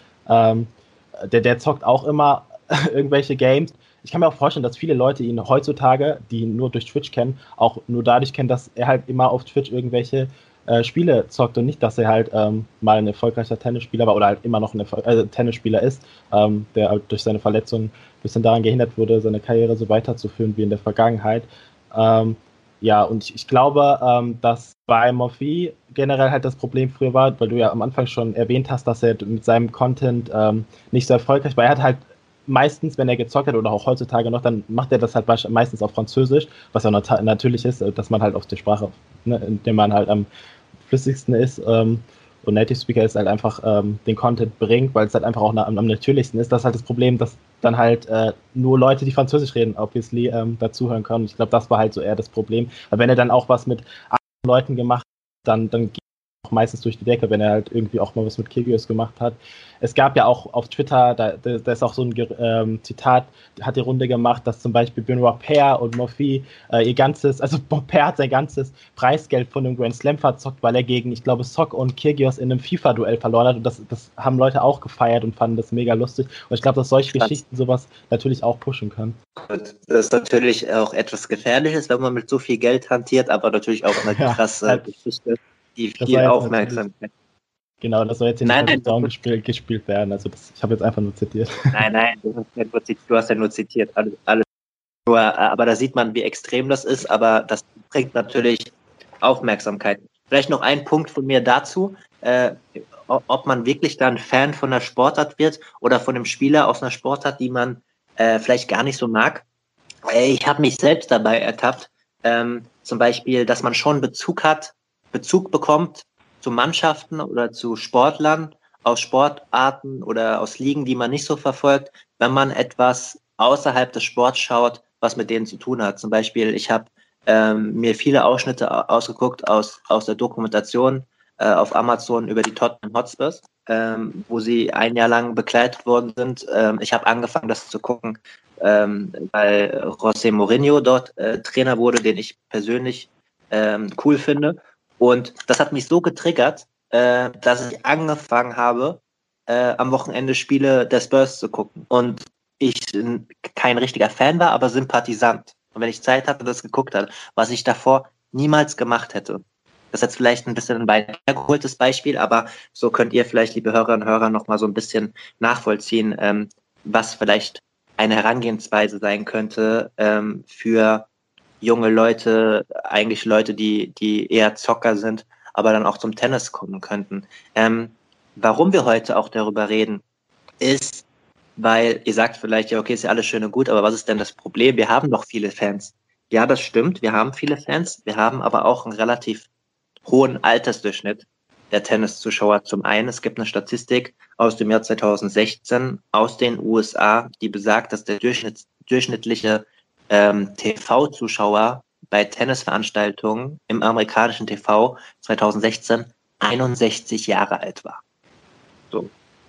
Der zockt auch immer irgendwelche Games. Ich kann mir auch vorstellen, dass viele Leute ihn heutzutage, die ihn nur durch Twitch kennen, auch nur dadurch kennen, dass er halt immer auf Twitch irgendwelche Spiele zockt und nicht, dass er halt mal ein erfolgreicher Tennisspieler war oder halt immer noch ein Tennisspieler ist, der halt durch seine Verletzung ein bisschen daran gehindert wurde, seine Karriere so weiterzuführen wie in der Vergangenheit. Und ich glaube, dass bei Monfils generell halt das Problem früher war, weil du ja am Anfang schon erwähnt hast, dass er mit seinem Content nicht so erfolgreich war. Er hat halt meistens, wenn er gezockt hat oder auch heutzutage noch, dann macht er das halt meistens auf Französisch, was ja natürlich ist, dass man halt auf der Sprache, in der man halt am flüssigsten ist und Native Speaker ist halt einfach den Content bringt, weil es halt einfach auch am natürlichsten ist. Das ist halt das Problem, dass dann halt nur Leute, die Französisch reden, obviously dazuhören können. Ich glaube, das war halt so eher das Problem. Aber wenn er dann auch was mit anderen Leuten gemacht hat, dann geht es auch meistens durch die Decke, wenn er halt irgendwie auch mal was mit Kyrgios gemacht hat. Es gab ja auch auf Twitter, da ist auch so ein Zitat, hat die Runde gemacht, dass zum Beispiel Benoit Paire und Monfils Paire hat sein ganzes Preisgeld von einem Grand Slam verzockt, weil er gegen, ich glaube, Sock und Kyrgios in einem FIFA-Duell verloren hat und das haben Leute auch gefeiert und fanden das mega lustig und ich glaube, dass solche Geschichten sowas natürlich auch pushen können. Gut, das ist natürlich auch etwas Gefährliches, wenn man mit so viel Geld hantiert, aber natürlich auch eine krasse Geschichte, die viel Aufmerksamkeit. Genau, das soll jetzt hier nicht Down gespielt werden. Also ich habe jetzt einfach nur zitiert. Nein, du hast ja nur zitiert. Alles. Aber da sieht man, wie extrem das ist, aber das bringt natürlich Aufmerksamkeit. Vielleicht noch ein Punkt von mir dazu, ob man wirklich dann Fan von einer Sportart wird oder von einem Spieler aus einer Sportart, die man vielleicht gar nicht so mag. Ich habe mich selbst dabei ertappt, zum Beispiel, dass man schon Bezug bekommt zu Mannschaften oder zu Sportlern aus Sportarten oder aus Ligen, die man nicht so verfolgt, wenn man etwas außerhalb des Sports schaut, was mit denen zu tun hat. Zum Beispiel, ich habe mir viele Ausschnitte ausgeguckt aus der Dokumentation auf Amazon über die Tottenham Hotspurs, wo sie ein Jahr lang begleitet worden sind. Ich habe angefangen, das zu gucken, weil José Mourinho dort Trainer wurde, den ich persönlich cool finde. Und das hat mich so getriggert, dass ich angefangen habe, am Wochenende Spiele der Spurs zu gucken. Und ich kein richtiger Fan war, aber Sympathisant. Und wenn ich Zeit hatte, das geguckt habe, was ich davor niemals gemacht hätte. Das ist jetzt vielleicht ein bisschen ein weitergeholtes Beispiel, aber so könnt ihr vielleicht, liebe Hörerinnen und Hörer, noch mal so ein bisschen nachvollziehen, was vielleicht eine Herangehensweise sein könnte für junge Leute, eigentlich Leute, die eher Zocker sind, aber dann auch zum Tennis kommen könnten. Warum wir heute auch darüber reden, ist, weil ihr sagt vielleicht, ja okay, ist ja alles schön und gut, aber was ist denn das Problem? Wir haben doch viele Fans. Ja, das stimmt, wir haben viele Fans, wir haben aber auch einen relativ hohen Altersdurchschnitt der Tenniszuschauer. Zum einen, es gibt eine Statistik aus dem Jahr 2016 aus den USA, die besagt, dass der durchschnittliche TV-Zuschauer bei Tennisveranstaltungen im amerikanischen TV 2016 61 Jahre alt war. So.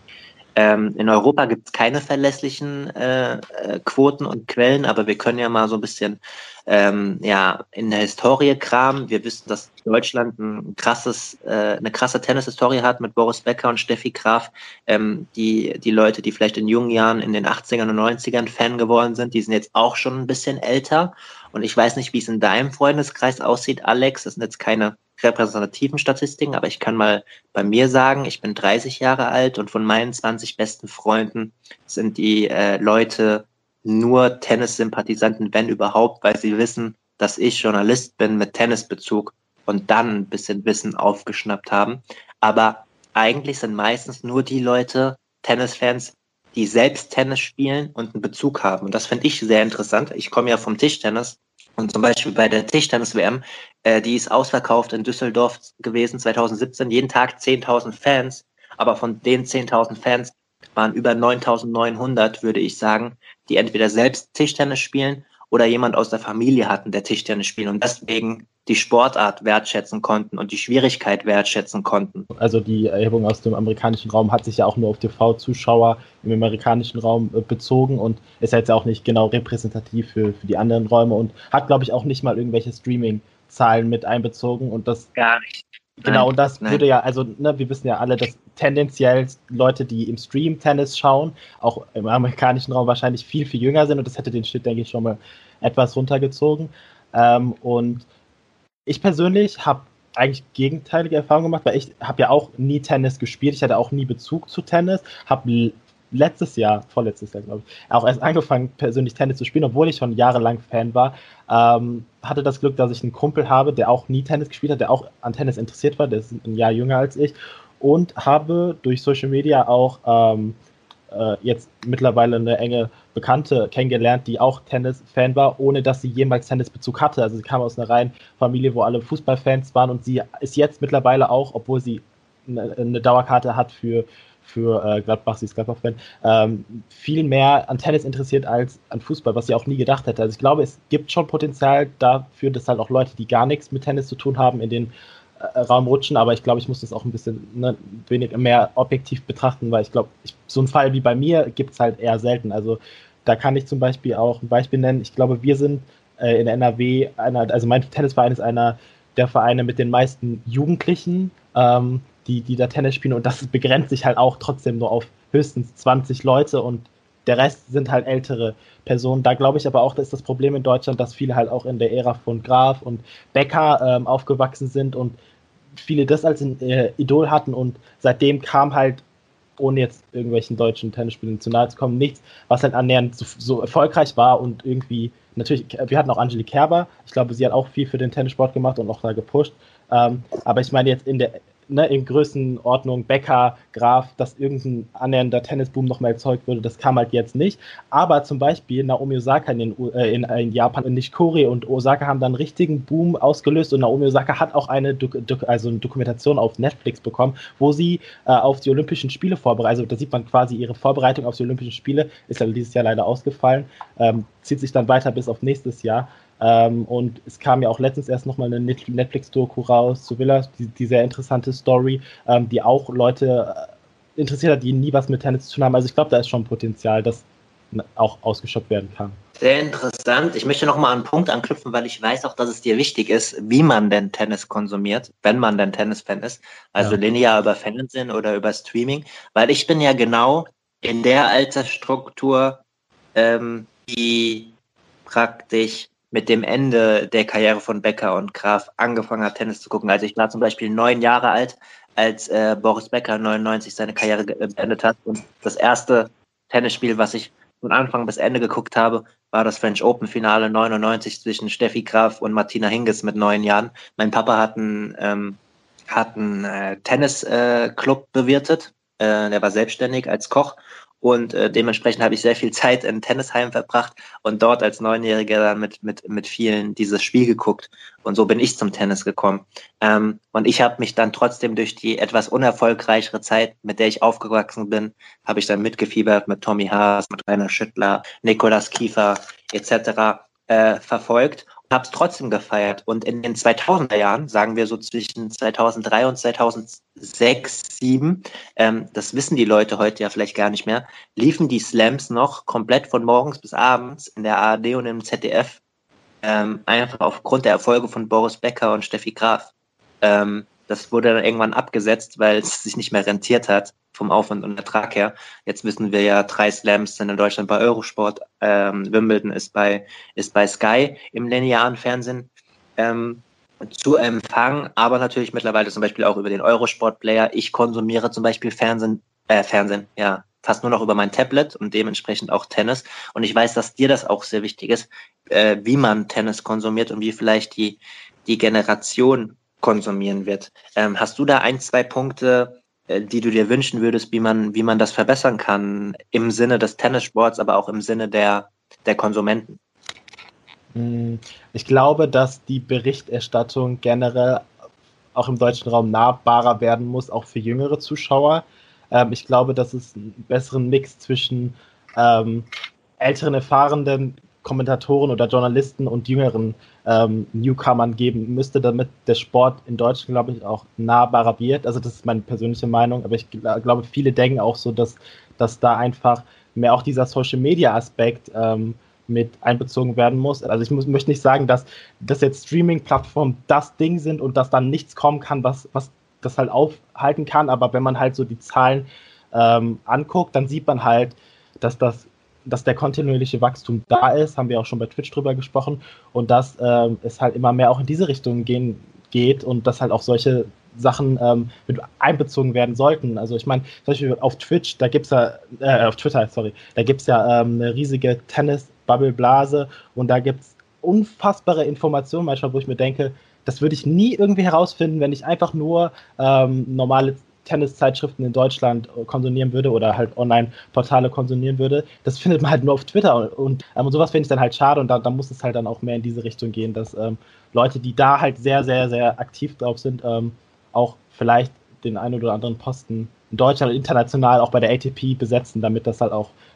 In Europa gibt es keine verlässlichen Quoten und Quellen, aber wir können ja mal so ein bisschen in der Historie kramen. Wir wissen, dass Deutschland eine krasse Tennishistorie hat mit Boris Becker und Steffi Graf. Die Leute, die vielleicht in jungen Jahren in den 80ern und 90ern Fan geworden sind, die sind jetzt auch schon ein bisschen älter. Und ich weiß nicht, wie es in deinem Freundeskreis aussieht, Alex. Das sind jetzt keine repräsentativen Statistiken, aber ich kann mal bei mir sagen, ich bin 30 Jahre alt und von meinen 20 besten Freunden sind die Leute nur Tennissympathisanten, wenn überhaupt, weil sie wissen, dass ich Journalist bin mit Tennisbezug und dann ein bisschen Wissen aufgeschnappt haben. Aber eigentlich sind meistens nur die Leute Tennisfans, die selbst Tennis spielen und einen Bezug haben. Und das finde ich sehr interessant. Ich komme ja vom Tischtennis. Und zum Beispiel bei der Tischtennis-WM, die ist ausverkauft in Düsseldorf gewesen, 2017, jeden Tag 10.000 Fans. Aber von den 10.000 Fans waren über 9.900, würde ich sagen, die entweder selbst Tischtennis spielen oder jemand aus der Familie hatten, der Tischtennis spielt und deswegen die Sportart wertschätzen konnten und die Schwierigkeit wertschätzen konnten. Also die Erhebung aus dem amerikanischen Raum hat sich ja auch nur auf TV-Zuschauer im amerikanischen Raum bezogen und ist jetzt auch nicht genau repräsentativ für die anderen Räume und hat, glaube ich, auch nicht mal irgendwelche Streaming-Zahlen mit einbezogen und das gar nicht. Genau, und das würde ja, also wir wissen ja alle, dass tendenziell Leute, die im Stream Tennis schauen, auch im amerikanischen Raum wahrscheinlich viel, viel jünger sind und das hätte den Schnitt, denke ich, schon mal etwas runtergezogen. Und ich persönlich habe eigentlich gegenteilige Erfahrungen gemacht, weil ich habe ja auch nie Tennis gespielt, ich hatte auch nie Bezug zu Tennis, habe vorletztes Jahr, glaube ich, auch erst angefangen, persönlich Tennis zu spielen, obwohl ich schon jahrelang Fan war. Hatte das Glück, dass ich einen Kumpel habe, der auch nie Tennis gespielt hat, der auch an Tennis interessiert war, der ist ein Jahr jünger als ich und habe durch Social Media auch jetzt mittlerweile eine enge Bekannte kennengelernt, die auch Tennis-Fan war, ohne dass sie jemals Tennisbezug hatte. Also sie kam aus einer reinen Familie, wo alle Fußballfans waren und sie ist jetzt mittlerweile auch, obwohl sie eine Dauerkarte hat für Gladbach, sie ist Gladbach-Fan, viel mehr an Tennis interessiert als an Fußball, was sie auch nie gedacht hätte. Also ich glaube, es gibt schon Potenzial dafür, dass halt auch Leute, die gar nichts mit Tennis zu tun haben, in den Raum rutschen, aber ich glaube, ich muss das auch ein bisschen wenig mehr objektiv betrachten, weil ich glaube, so ein Fall wie bei mir gibt es halt eher selten. Also da kann ich zum Beispiel auch ein Beispiel nennen. Ich glaube, wir sind in NRW, also mein Tennisverein ist einer der Vereine mit den meisten Jugendlichen, die da Tennis spielen, und das begrenzt sich halt auch trotzdem nur auf höchstens 20 Leute und der Rest sind halt ältere Personen. Da glaube ich aber auch, das ist das Problem in Deutschland, dass viele halt auch in der Ära von Graf und Becker aufgewachsen sind und viele das als ein Idol hatten und seitdem kam halt, ohne jetzt irgendwelchen deutschen Tennisspielern zu nahe zu kommen, nichts, was halt annähernd so erfolgreich war und irgendwie, natürlich, wir hatten auch Angelique Kerber, ich glaube, sie hat auch viel für den Tennissport gemacht und auch da gepusht, aber ich meine jetzt in Größenordnung Becker, Graf, dass irgendein annähernder Tennisboom nochmal erzeugt wurde, das kam halt jetzt nicht. Aber zum Beispiel Naomi Osaka in Japan und Nishikori und Osaka haben dann einen richtigen Boom ausgelöst und Naomi Osaka hat auch eine Dokumentation auf Netflix bekommen, wo sie auf die Olympischen Spiele vorbereitet, also da sieht man quasi ihre Vorbereitung auf die Olympischen Spiele, ist ja dieses Jahr leider ausgefallen, zieht sich dann weiter bis auf nächstes Jahr. Und es kam ja auch letztens erst nochmal eine Netflix-Doku raus zu Villa, die sehr interessante Story, die auch Leute interessiert hat, die nie was mit Tennis zu tun haben. Also ich glaube, da ist schon Potenzial, das auch ausgeschöpft werden kann. Sehr interessant. Ich möchte nochmal an einen Punkt anknüpfen, weil ich weiß auch, dass es dir wichtig ist, wie man denn Tennis konsumiert, wenn man denn Tennis-Fan ist. Also linear über Fernsehen oder über Streaming. Weil ich bin ja genau in der Altersstruktur, die praktisch mit dem Ende der Karriere von Becker und Graf angefangen hat, Tennis zu gucken. Also ich war zum Beispiel 9 Jahre alt, als Boris Becker 99 seine Karriere beendet hat. Und das erste Tennisspiel, was ich von Anfang bis Ende geguckt habe, war das French Open Finale 99 zwischen Steffi Graf und Martina Hingis mit 9 Jahren. Mein Papa hat einen Tennisclub bewirtet. Der war selbstständig als Koch. Und dementsprechend habe ich sehr viel Zeit in Tennisheim verbracht und dort als Neunjähriger dann mit vielen dieses Spiel geguckt. Und so bin ich zum Tennis gekommen. Und ich habe mich dann trotzdem durch die etwas unerfolgreichere Zeit, mit der ich aufgewachsen bin, habe ich dann mitgefiebert mit Tommy Haas, mit Rainer Schüttler, Nikolaus Kiefer etc. Verfolgt und habe es trotzdem gefeiert. Und in den 2000er Jahren, sagen wir so zwischen 2003 und 2006, 2007, das wissen die Leute heute ja vielleicht gar nicht mehr, liefen die Slams noch komplett von morgens bis abends in der ARD und im ZDF, einfach aufgrund der Erfolge von Boris Becker und Steffi Graf. Das wurde dann irgendwann abgesetzt, weil es sich nicht mehr rentiert hat vom Aufwand und Ertrag her. Jetzt wissen wir ja, 3 Slams sind in Deutschland bei Eurosport, Wimbledon ist bei Sky im linearen Fernsehen zu empfangen, aber natürlich mittlerweile zum Beispiel auch über den Eurosport-Player. Ich konsumiere zum Beispiel Fernsehen, fast nur noch über mein Tablet und dementsprechend auch Tennis. Und ich weiß, dass dir das auch sehr wichtig ist, wie man Tennis konsumiert und wie vielleicht die Generation konsumieren wird. Hast du da 1, 2 Punkte, die du dir wünschen würdest, wie man das verbessern kann im Sinne des Tennissports, aber auch im Sinne der Konsumenten? Ich glaube, dass die Berichterstattung generell auch im deutschen Raum nahbarer werden muss, auch für jüngere Zuschauer. Ich glaube, dass es einen besseren Mix zwischen älteren, erfahrenen Kommentatoren oder Journalisten und jüngeren Newcomern geben müsste, damit der Sport in Deutschland, glaube ich, auch nahbarer wird. Also das ist meine persönliche Meinung, aber ich glaube, viele denken auch so, dass da einfach mehr auch dieser Social-Media-Aspekt mit einbezogen werden muss. Also ich möchte nicht sagen, dass jetzt Streaming-Plattformen das Ding sind und dass dann nichts kommen kann, was das halt aufhalten kann, aber wenn man halt so die Zahlen anguckt, dann sieht man halt, dass der kontinuierliche Wachstum da ist, haben wir auch schon bei Twitch drüber gesprochen, und dass es halt immer mehr auch in diese Richtung geht und dass halt auch solche Sachen mit einbezogen werden sollten. Also ich meine, zum Beispiel auf Twitch, da gibt's ja, auf Twitter, sorry, da gibt's ja eine riesige Tennis-Bubble-Blase und da gibt's unfassbare Informationen manchmal, wo ich mir denke, das würde ich nie irgendwie herausfinden, wenn ich einfach nur normale Tenniszeitschriften in Deutschland konsumieren würde oder halt Online-Portale konsumieren würde. Das findet man halt nur auf Twitter und sowas finde ich dann halt schade und da muss es halt dann auch mehr in diese Richtung gehen, dass Leute, die da halt sehr, sehr, sehr aktiv drauf sind, auch vielleicht den einen oder anderen Posten in Deutschland und international auch bei der ATP besetzen, damit das halt auch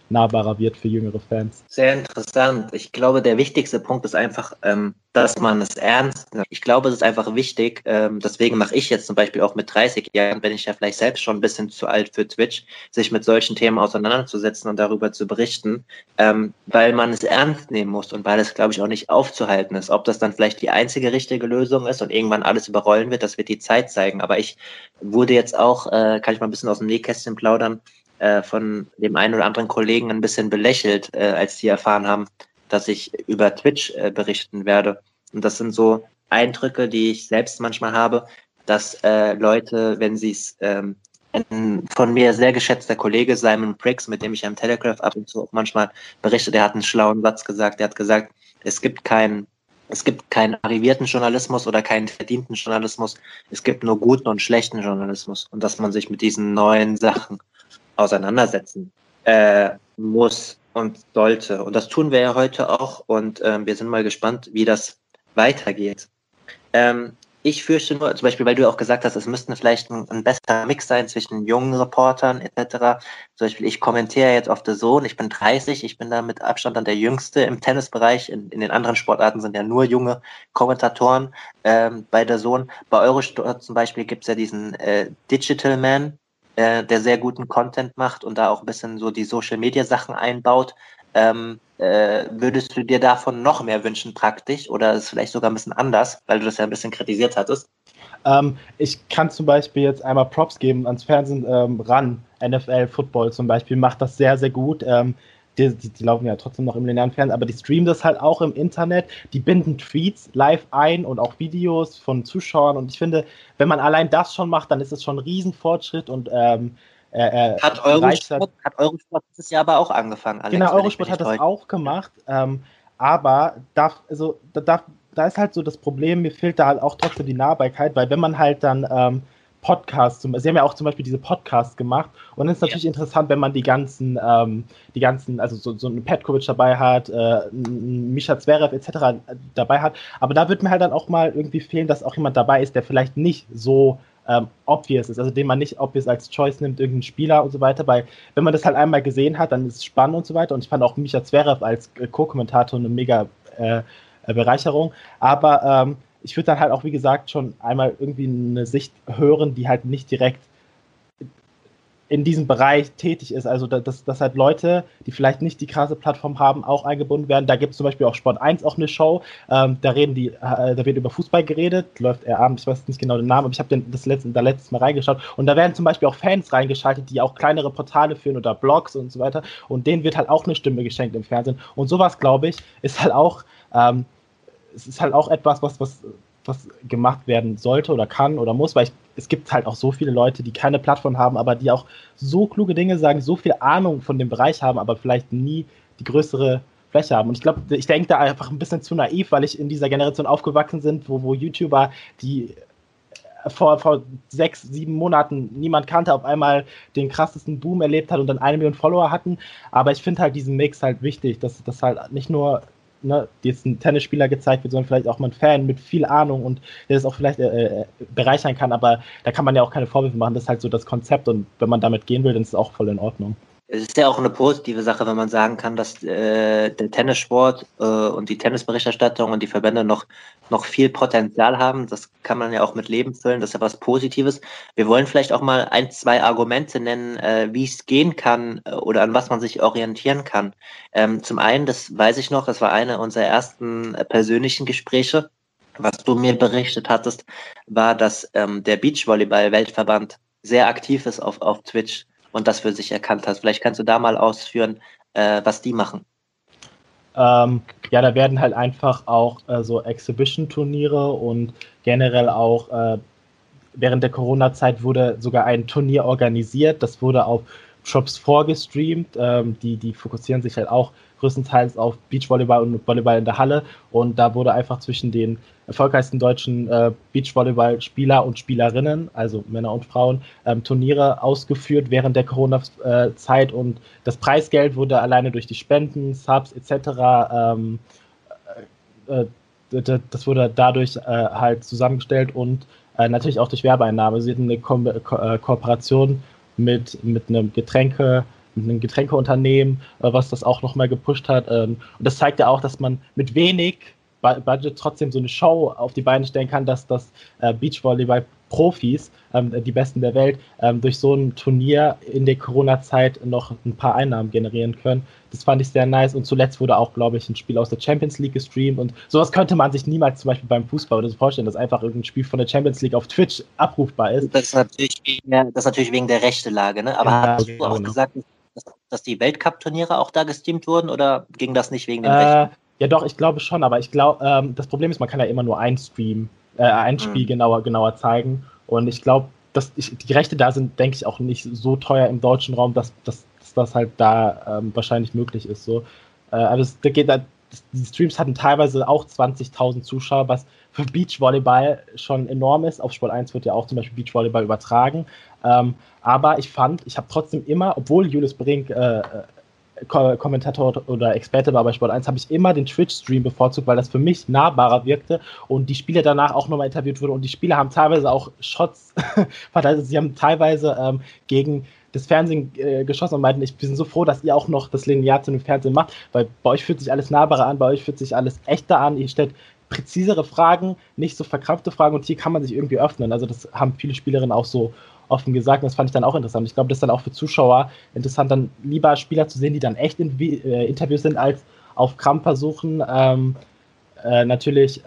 nahbarer wird für jüngere Fans. Sehr interessant. Ich glaube, der wichtigste Punkt ist einfach, dass man es ernst nimmt. Ich glaube, es ist einfach wichtig, deswegen mache ich jetzt zum Beispiel auch mit 30 Jahren, bin ich ja vielleicht selbst schon ein bisschen zu alt für Twitch, sich mit solchen Themen auseinanderzusetzen und darüber zu berichten, weil man es ernst nehmen muss und weil es, glaube ich, auch nicht aufzuhalten ist. Ob das dann vielleicht die einzige richtige Lösung ist und irgendwann alles überrollen wird, das wird die Zeit zeigen. Aber ich wurde jetzt auch, kann ich mal ein bisschen aus dem Nähkästchen plaudern, von dem einen oder anderen Kollegen ein bisschen belächelt, als die erfahren haben, dass ich über Twitch berichten werde. Und das sind so Eindrücke, die ich selbst manchmal habe, dass Leute, wenn sie es ein von mir sehr geschätzter Kollege Simon Briggs, mit dem ich am Telegraph ab und zu auch manchmal berichte, der hat einen schlauen Satz gesagt. Der hat gesagt, es gibt keinen arrivierten Journalismus oder keinen verdienten Journalismus. Es gibt nur guten und schlechten Journalismus. Und dass man sich mit diesen neuen Sachen auseinandersetzen muss und sollte. Und das tun wir ja heute auch. Und wir sind mal gespannt, wie das weitergeht. Ich fürchte nur, zum Beispiel, weil du auch gesagt hast, es müsste vielleicht ein besserer Mix sein zwischen jungen Reportern etc. Zum Beispiel, ich kommentiere jetzt auf The Zone, ich bin 30, ich bin da mit Abstand dann der Jüngste im Tennisbereich. In den anderen Sportarten sind ja nur junge Kommentatoren bei The Zone. Bei Eurosport zum Beispiel gibt es ja diesen Digital Man, der sehr guten Content macht und da auch ein bisschen so die Social-Media-Sachen einbaut. Würdest du dir davon noch mehr wünschen praktisch oder ist es vielleicht sogar ein bisschen anders, weil du das ja ein bisschen kritisiert hattest? Ich kann zum Beispiel jetzt einmal Props geben ans Fernsehen. RAN, NFL Football zum Beispiel, macht das sehr, sehr gut. Die laufen ja trotzdem noch im linearen Fernsehen, aber die streamen das halt auch im Internet. Die binden Tweets live ein und auch Videos von Zuschauern. Und ich finde, wenn man allein das schon macht, dann ist es schon ein Riesenfortschritt und hat Eurosport dieses Jahr aber auch angefangen, Alex. Genau, Eurosport hat das auch gemacht, aber da ist halt so das Problem, mir fehlt da halt auch trotzdem die Nahbarkeit, weil wenn man halt dann Podcasts, sie haben ja auch zum Beispiel diese Podcasts gemacht und dann ist natürlich interessant, wenn man die ganzen, also so einen Petkovic dabei hat, Mischa Zverev etc. dabei hat, aber da wird mir halt dann auch mal irgendwie fehlen, dass auch jemand dabei ist, der vielleicht nicht so obvious ist, also den man nicht obvious als Choice nimmt, irgendein Spieler und so weiter, weil wenn man das halt einmal gesehen hat, dann ist es spannend und so weiter und ich fand auch Mischa Zverev als Co-Kommentator eine mega Bereicherung, aber ich würde dann halt auch, wie gesagt, schon einmal irgendwie eine Sicht hören, die halt nicht direkt in diesem Bereich tätig ist, also dass halt Leute, die vielleicht nicht die krasse Plattform haben, auch eingebunden werden. Da gibt es zum Beispiel auch Sport 1 auch eine Show, da wird über Fußball geredet, läuft er abends, ich weiß nicht genau den Namen, aber ich habe das letztes Mal reingeschaut und da werden zum Beispiel auch Fans reingeschaltet, die auch kleinere Portale führen oder Blogs und so weiter und denen wird halt auch eine Stimme geschenkt im Fernsehen und sowas, glaube ich, ist halt auch es ist halt auch etwas, was gemacht werden sollte oder kann oder muss, weil es gibt halt auch so viele Leute, die keine Plattform haben, aber die auch so kluge Dinge sagen, so viel Ahnung von dem Bereich haben, aber vielleicht nie die größere Fläche haben. Und ich denke da einfach ein bisschen zu naiv, weil ich in dieser Generation aufgewachsen bin, wo YouTuber, die vor 6, 7 Monaten niemand kannte, auf einmal den krassesten Boom erlebt hat und dann 1 Million Follower hatten. Aber ich finde halt diesen Mix halt wichtig, dass das halt nicht nur jetzt ein Tennisspieler gezeigt wird, sondern vielleicht auch mal ein Fan mit viel Ahnung und der das auch vielleicht bereichern kann, aber da kann man ja auch keine Vorwürfe machen, das ist halt so das Konzept und wenn man damit gehen will, dann ist es auch voll in Ordnung. Es ist ja auch eine positive Sache, wenn man sagen kann, dass der Tennissport und die Tennisberichterstattung und die Verbände noch viel Potenzial haben. Das kann man ja auch mit Leben füllen. Das ist ja was Positives. Wir wollen vielleicht auch mal 1, 2 Argumente nennen, wie es gehen kann oder an was man sich orientieren kann. Zum einen, das weiß ich noch, das war eine unserer ersten persönlichen Gespräche. Was du mir berichtet hattest, war, dass der Beachvolleyball-Weltverband sehr aktiv ist auf Twitch und das für sich erkannt hat. Vielleicht kannst du da mal ausführen, was die machen. Ja, da werden halt einfach auch so Exhibition-Turniere und generell auch während der Corona-Zeit wurde sogar ein Turnier organisiert. Das wurde auf Shops vorgestreamt. Die fokussieren sich halt auch größtenteils auf Beachvolleyball und Volleyball in der Halle und da wurde einfach zwischen den erfolgreichsten deutschen Beachvolleyball-Spieler und Spielerinnen, also Männer und Frauen, Turniere ausgeführt während der Corona-Zeit und das Preisgeld wurde alleine durch die Spenden, Subs etc. Das wurde dadurch halt zusammengestellt und natürlich auch durch Werbeeinnahmen. Sie hatten eine Kooperation mit einem Getränkemarkt ein Getränkeunternehmen, was das auch nochmal gepusht hat. Und das zeigt ja auch, dass man mit wenig Budget trotzdem so eine Show auf die Beine stellen kann, dass das Beachvolleyball-Profis, die Besten der Welt, durch so ein Turnier in der Corona-Zeit noch ein paar Einnahmen generieren können. Das fand ich sehr nice. Und zuletzt wurde auch, glaube ich, ein Spiel aus der Champions League gestreamt. Und sowas könnte man sich niemals zum Beispiel beim Fußball oder so vorstellen, dass einfach irgendein Spiel von der Champions League auf Twitch abrufbar ist. Das ist natürlich wegen der Rechtelage, ne? Aber hast du auch gesagt, dass die Weltcup-Turniere auch da gestreamt wurden oder ging das nicht wegen den Rechten? Ja doch, ich glaube schon, aber ich glaube, das Problem ist, man kann ja immer nur ein Spiel genauer zeigen. Und ich glaube, die Rechte da sind, denke ich, auch nicht so teuer im deutschen Raum, dass das halt da wahrscheinlich möglich ist. So. Aber die Streams hatten teilweise auch 20.000 Zuschauer, was für Beachvolleyball schon enorm ist. Auf Sport 1 wird ja auch zum Beispiel Beachvolleyball übertragen. Aber ich habe trotzdem immer, obwohl Julius Brink Kommentator oder Experte war bei Sport 1, habe ich immer den Twitch-Stream bevorzugt, weil das für mich nahbarer wirkte und die Spieler danach auch nochmal interviewt wurden und die Spieler haben teilweise auch Shots verteilt. Sie haben teilweise gegen das Fernsehen geschossen und meinten, ich bin so froh, dass ihr auch noch das Linear zu dem Fernsehen macht, weil bei euch fühlt sich alles nahbarer an, bei euch fühlt sich alles echter an, ihr stellt präzisere Fragen, nicht so verkrampfte Fragen und hier kann man sich irgendwie öffnen. Also das haben viele Spielerinnen auch so offen gesagt, und das fand ich dann auch interessant. Ich glaube, das ist dann auch für Zuschauer interessant, dann lieber Spieler zu sehen, die dann echt in Interviews sind, als auf Krampf versuchen, natürlich,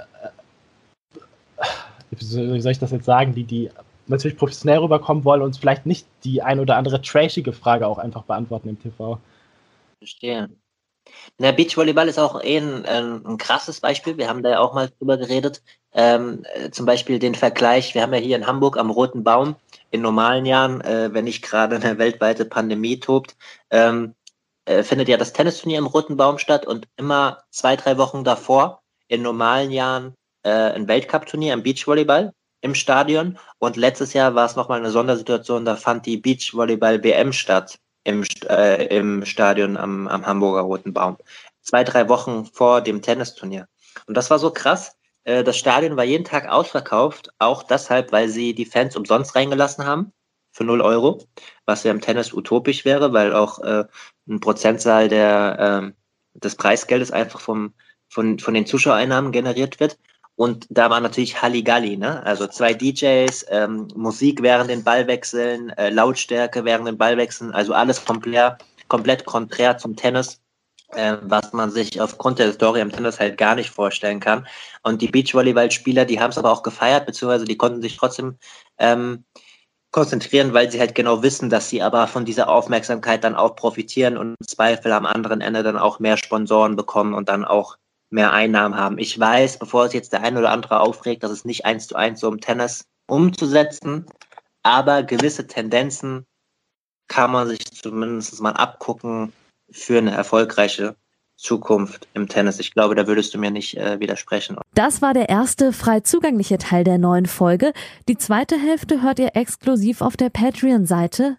wie soll ich das jetzt sagen, die natürlich professionell rüberkommen wollen und uns vielleicht nicht die ein oder andere trashige Frage auch einfach beantworten im TV. Verstehe. Na, Beachvolleyball ist auch ein krasses Beispiel. Wir haben da ja auch mal drüber geredet. Zum Beispiel den Vergleich, wir haben ja hier in Hamburg am Roten Baum in normalen Jahren, wenn nicht gerade eine weltweite Pandemie tobt, findet ja das Tennisturnier im Roten Baum statt und immer 2-3 Wochen davor in normalen Jahren ein Weltcup-Turnier im Beachvolleyball im Stadion und letztes Jahr war es nochmal eine Sondersituation, da fand die Beachvolleyball-WM statt im Stadion am Hamburger Roten Baum. 2-3 Wochen vor dem Tennisturnier. Und das war so krass. Das Stadion war jeden Tag ausverkauft, auch deshalb, weil sie die Fans umsonst reingelassen haben, für 0 Euro, was ja im Tennis utopisch wäre, weil auch ein Prozentzahl des Preisgeldes einfach von den Zuschauereinnahmen generiert wird. Und da war natürlich Halligalli, ne? Also 2 DJs, Musik während den Ballwechseln, Lautstärke während den Ballwechseln, also alles komplett konträr zum Tennis, was man sich aufgrund der Story im Tennis halt gar nicht vorstellen kann. Und die Beachvolleyball-Spieler, die haben es aber auch gefeiert, beziehungsweise die konnten sich trotzdem konzentrieren, weil sie halt genau wissen, dass sie aber von dieser Aufmerksamkeit dann auch profitieren und im Zweifel am anderen Ende dann auch mehr Sponsoren bekommen und dann auch mehr Einnahmen haben. Ich weiß, bevor es jetzt der eine oder andere aufregt, dass es nicht 1:1 so im Tennis umzusetzen, aber gewisse Tendenzen kann man sich zumindest mal abgucken für eine erfolgreiche Zukunft im Tennis. Ich glaube, da würdest du mir nicht widersprechen. Das war der erste frei zugängliche Teil der neuen Folge. Die zweite Hälfte hört ihr exklusiv auf der Patreon-Seite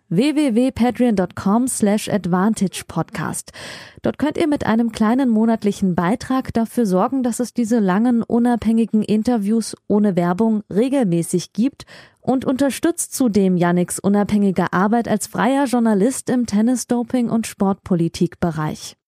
www.patreon.com/advantagepodcast. Dort könnt ihr mit einem kleinen monatlichen Beitrag dafür sorgen, dass es diese langen, unabhängigen Interviews ohne Werbung regelmäßig gibt und unterstützt zudem Yannicks unabhängige Arbeit als freier Journalist im Tennis-Doping- und Sportpolitikbereich.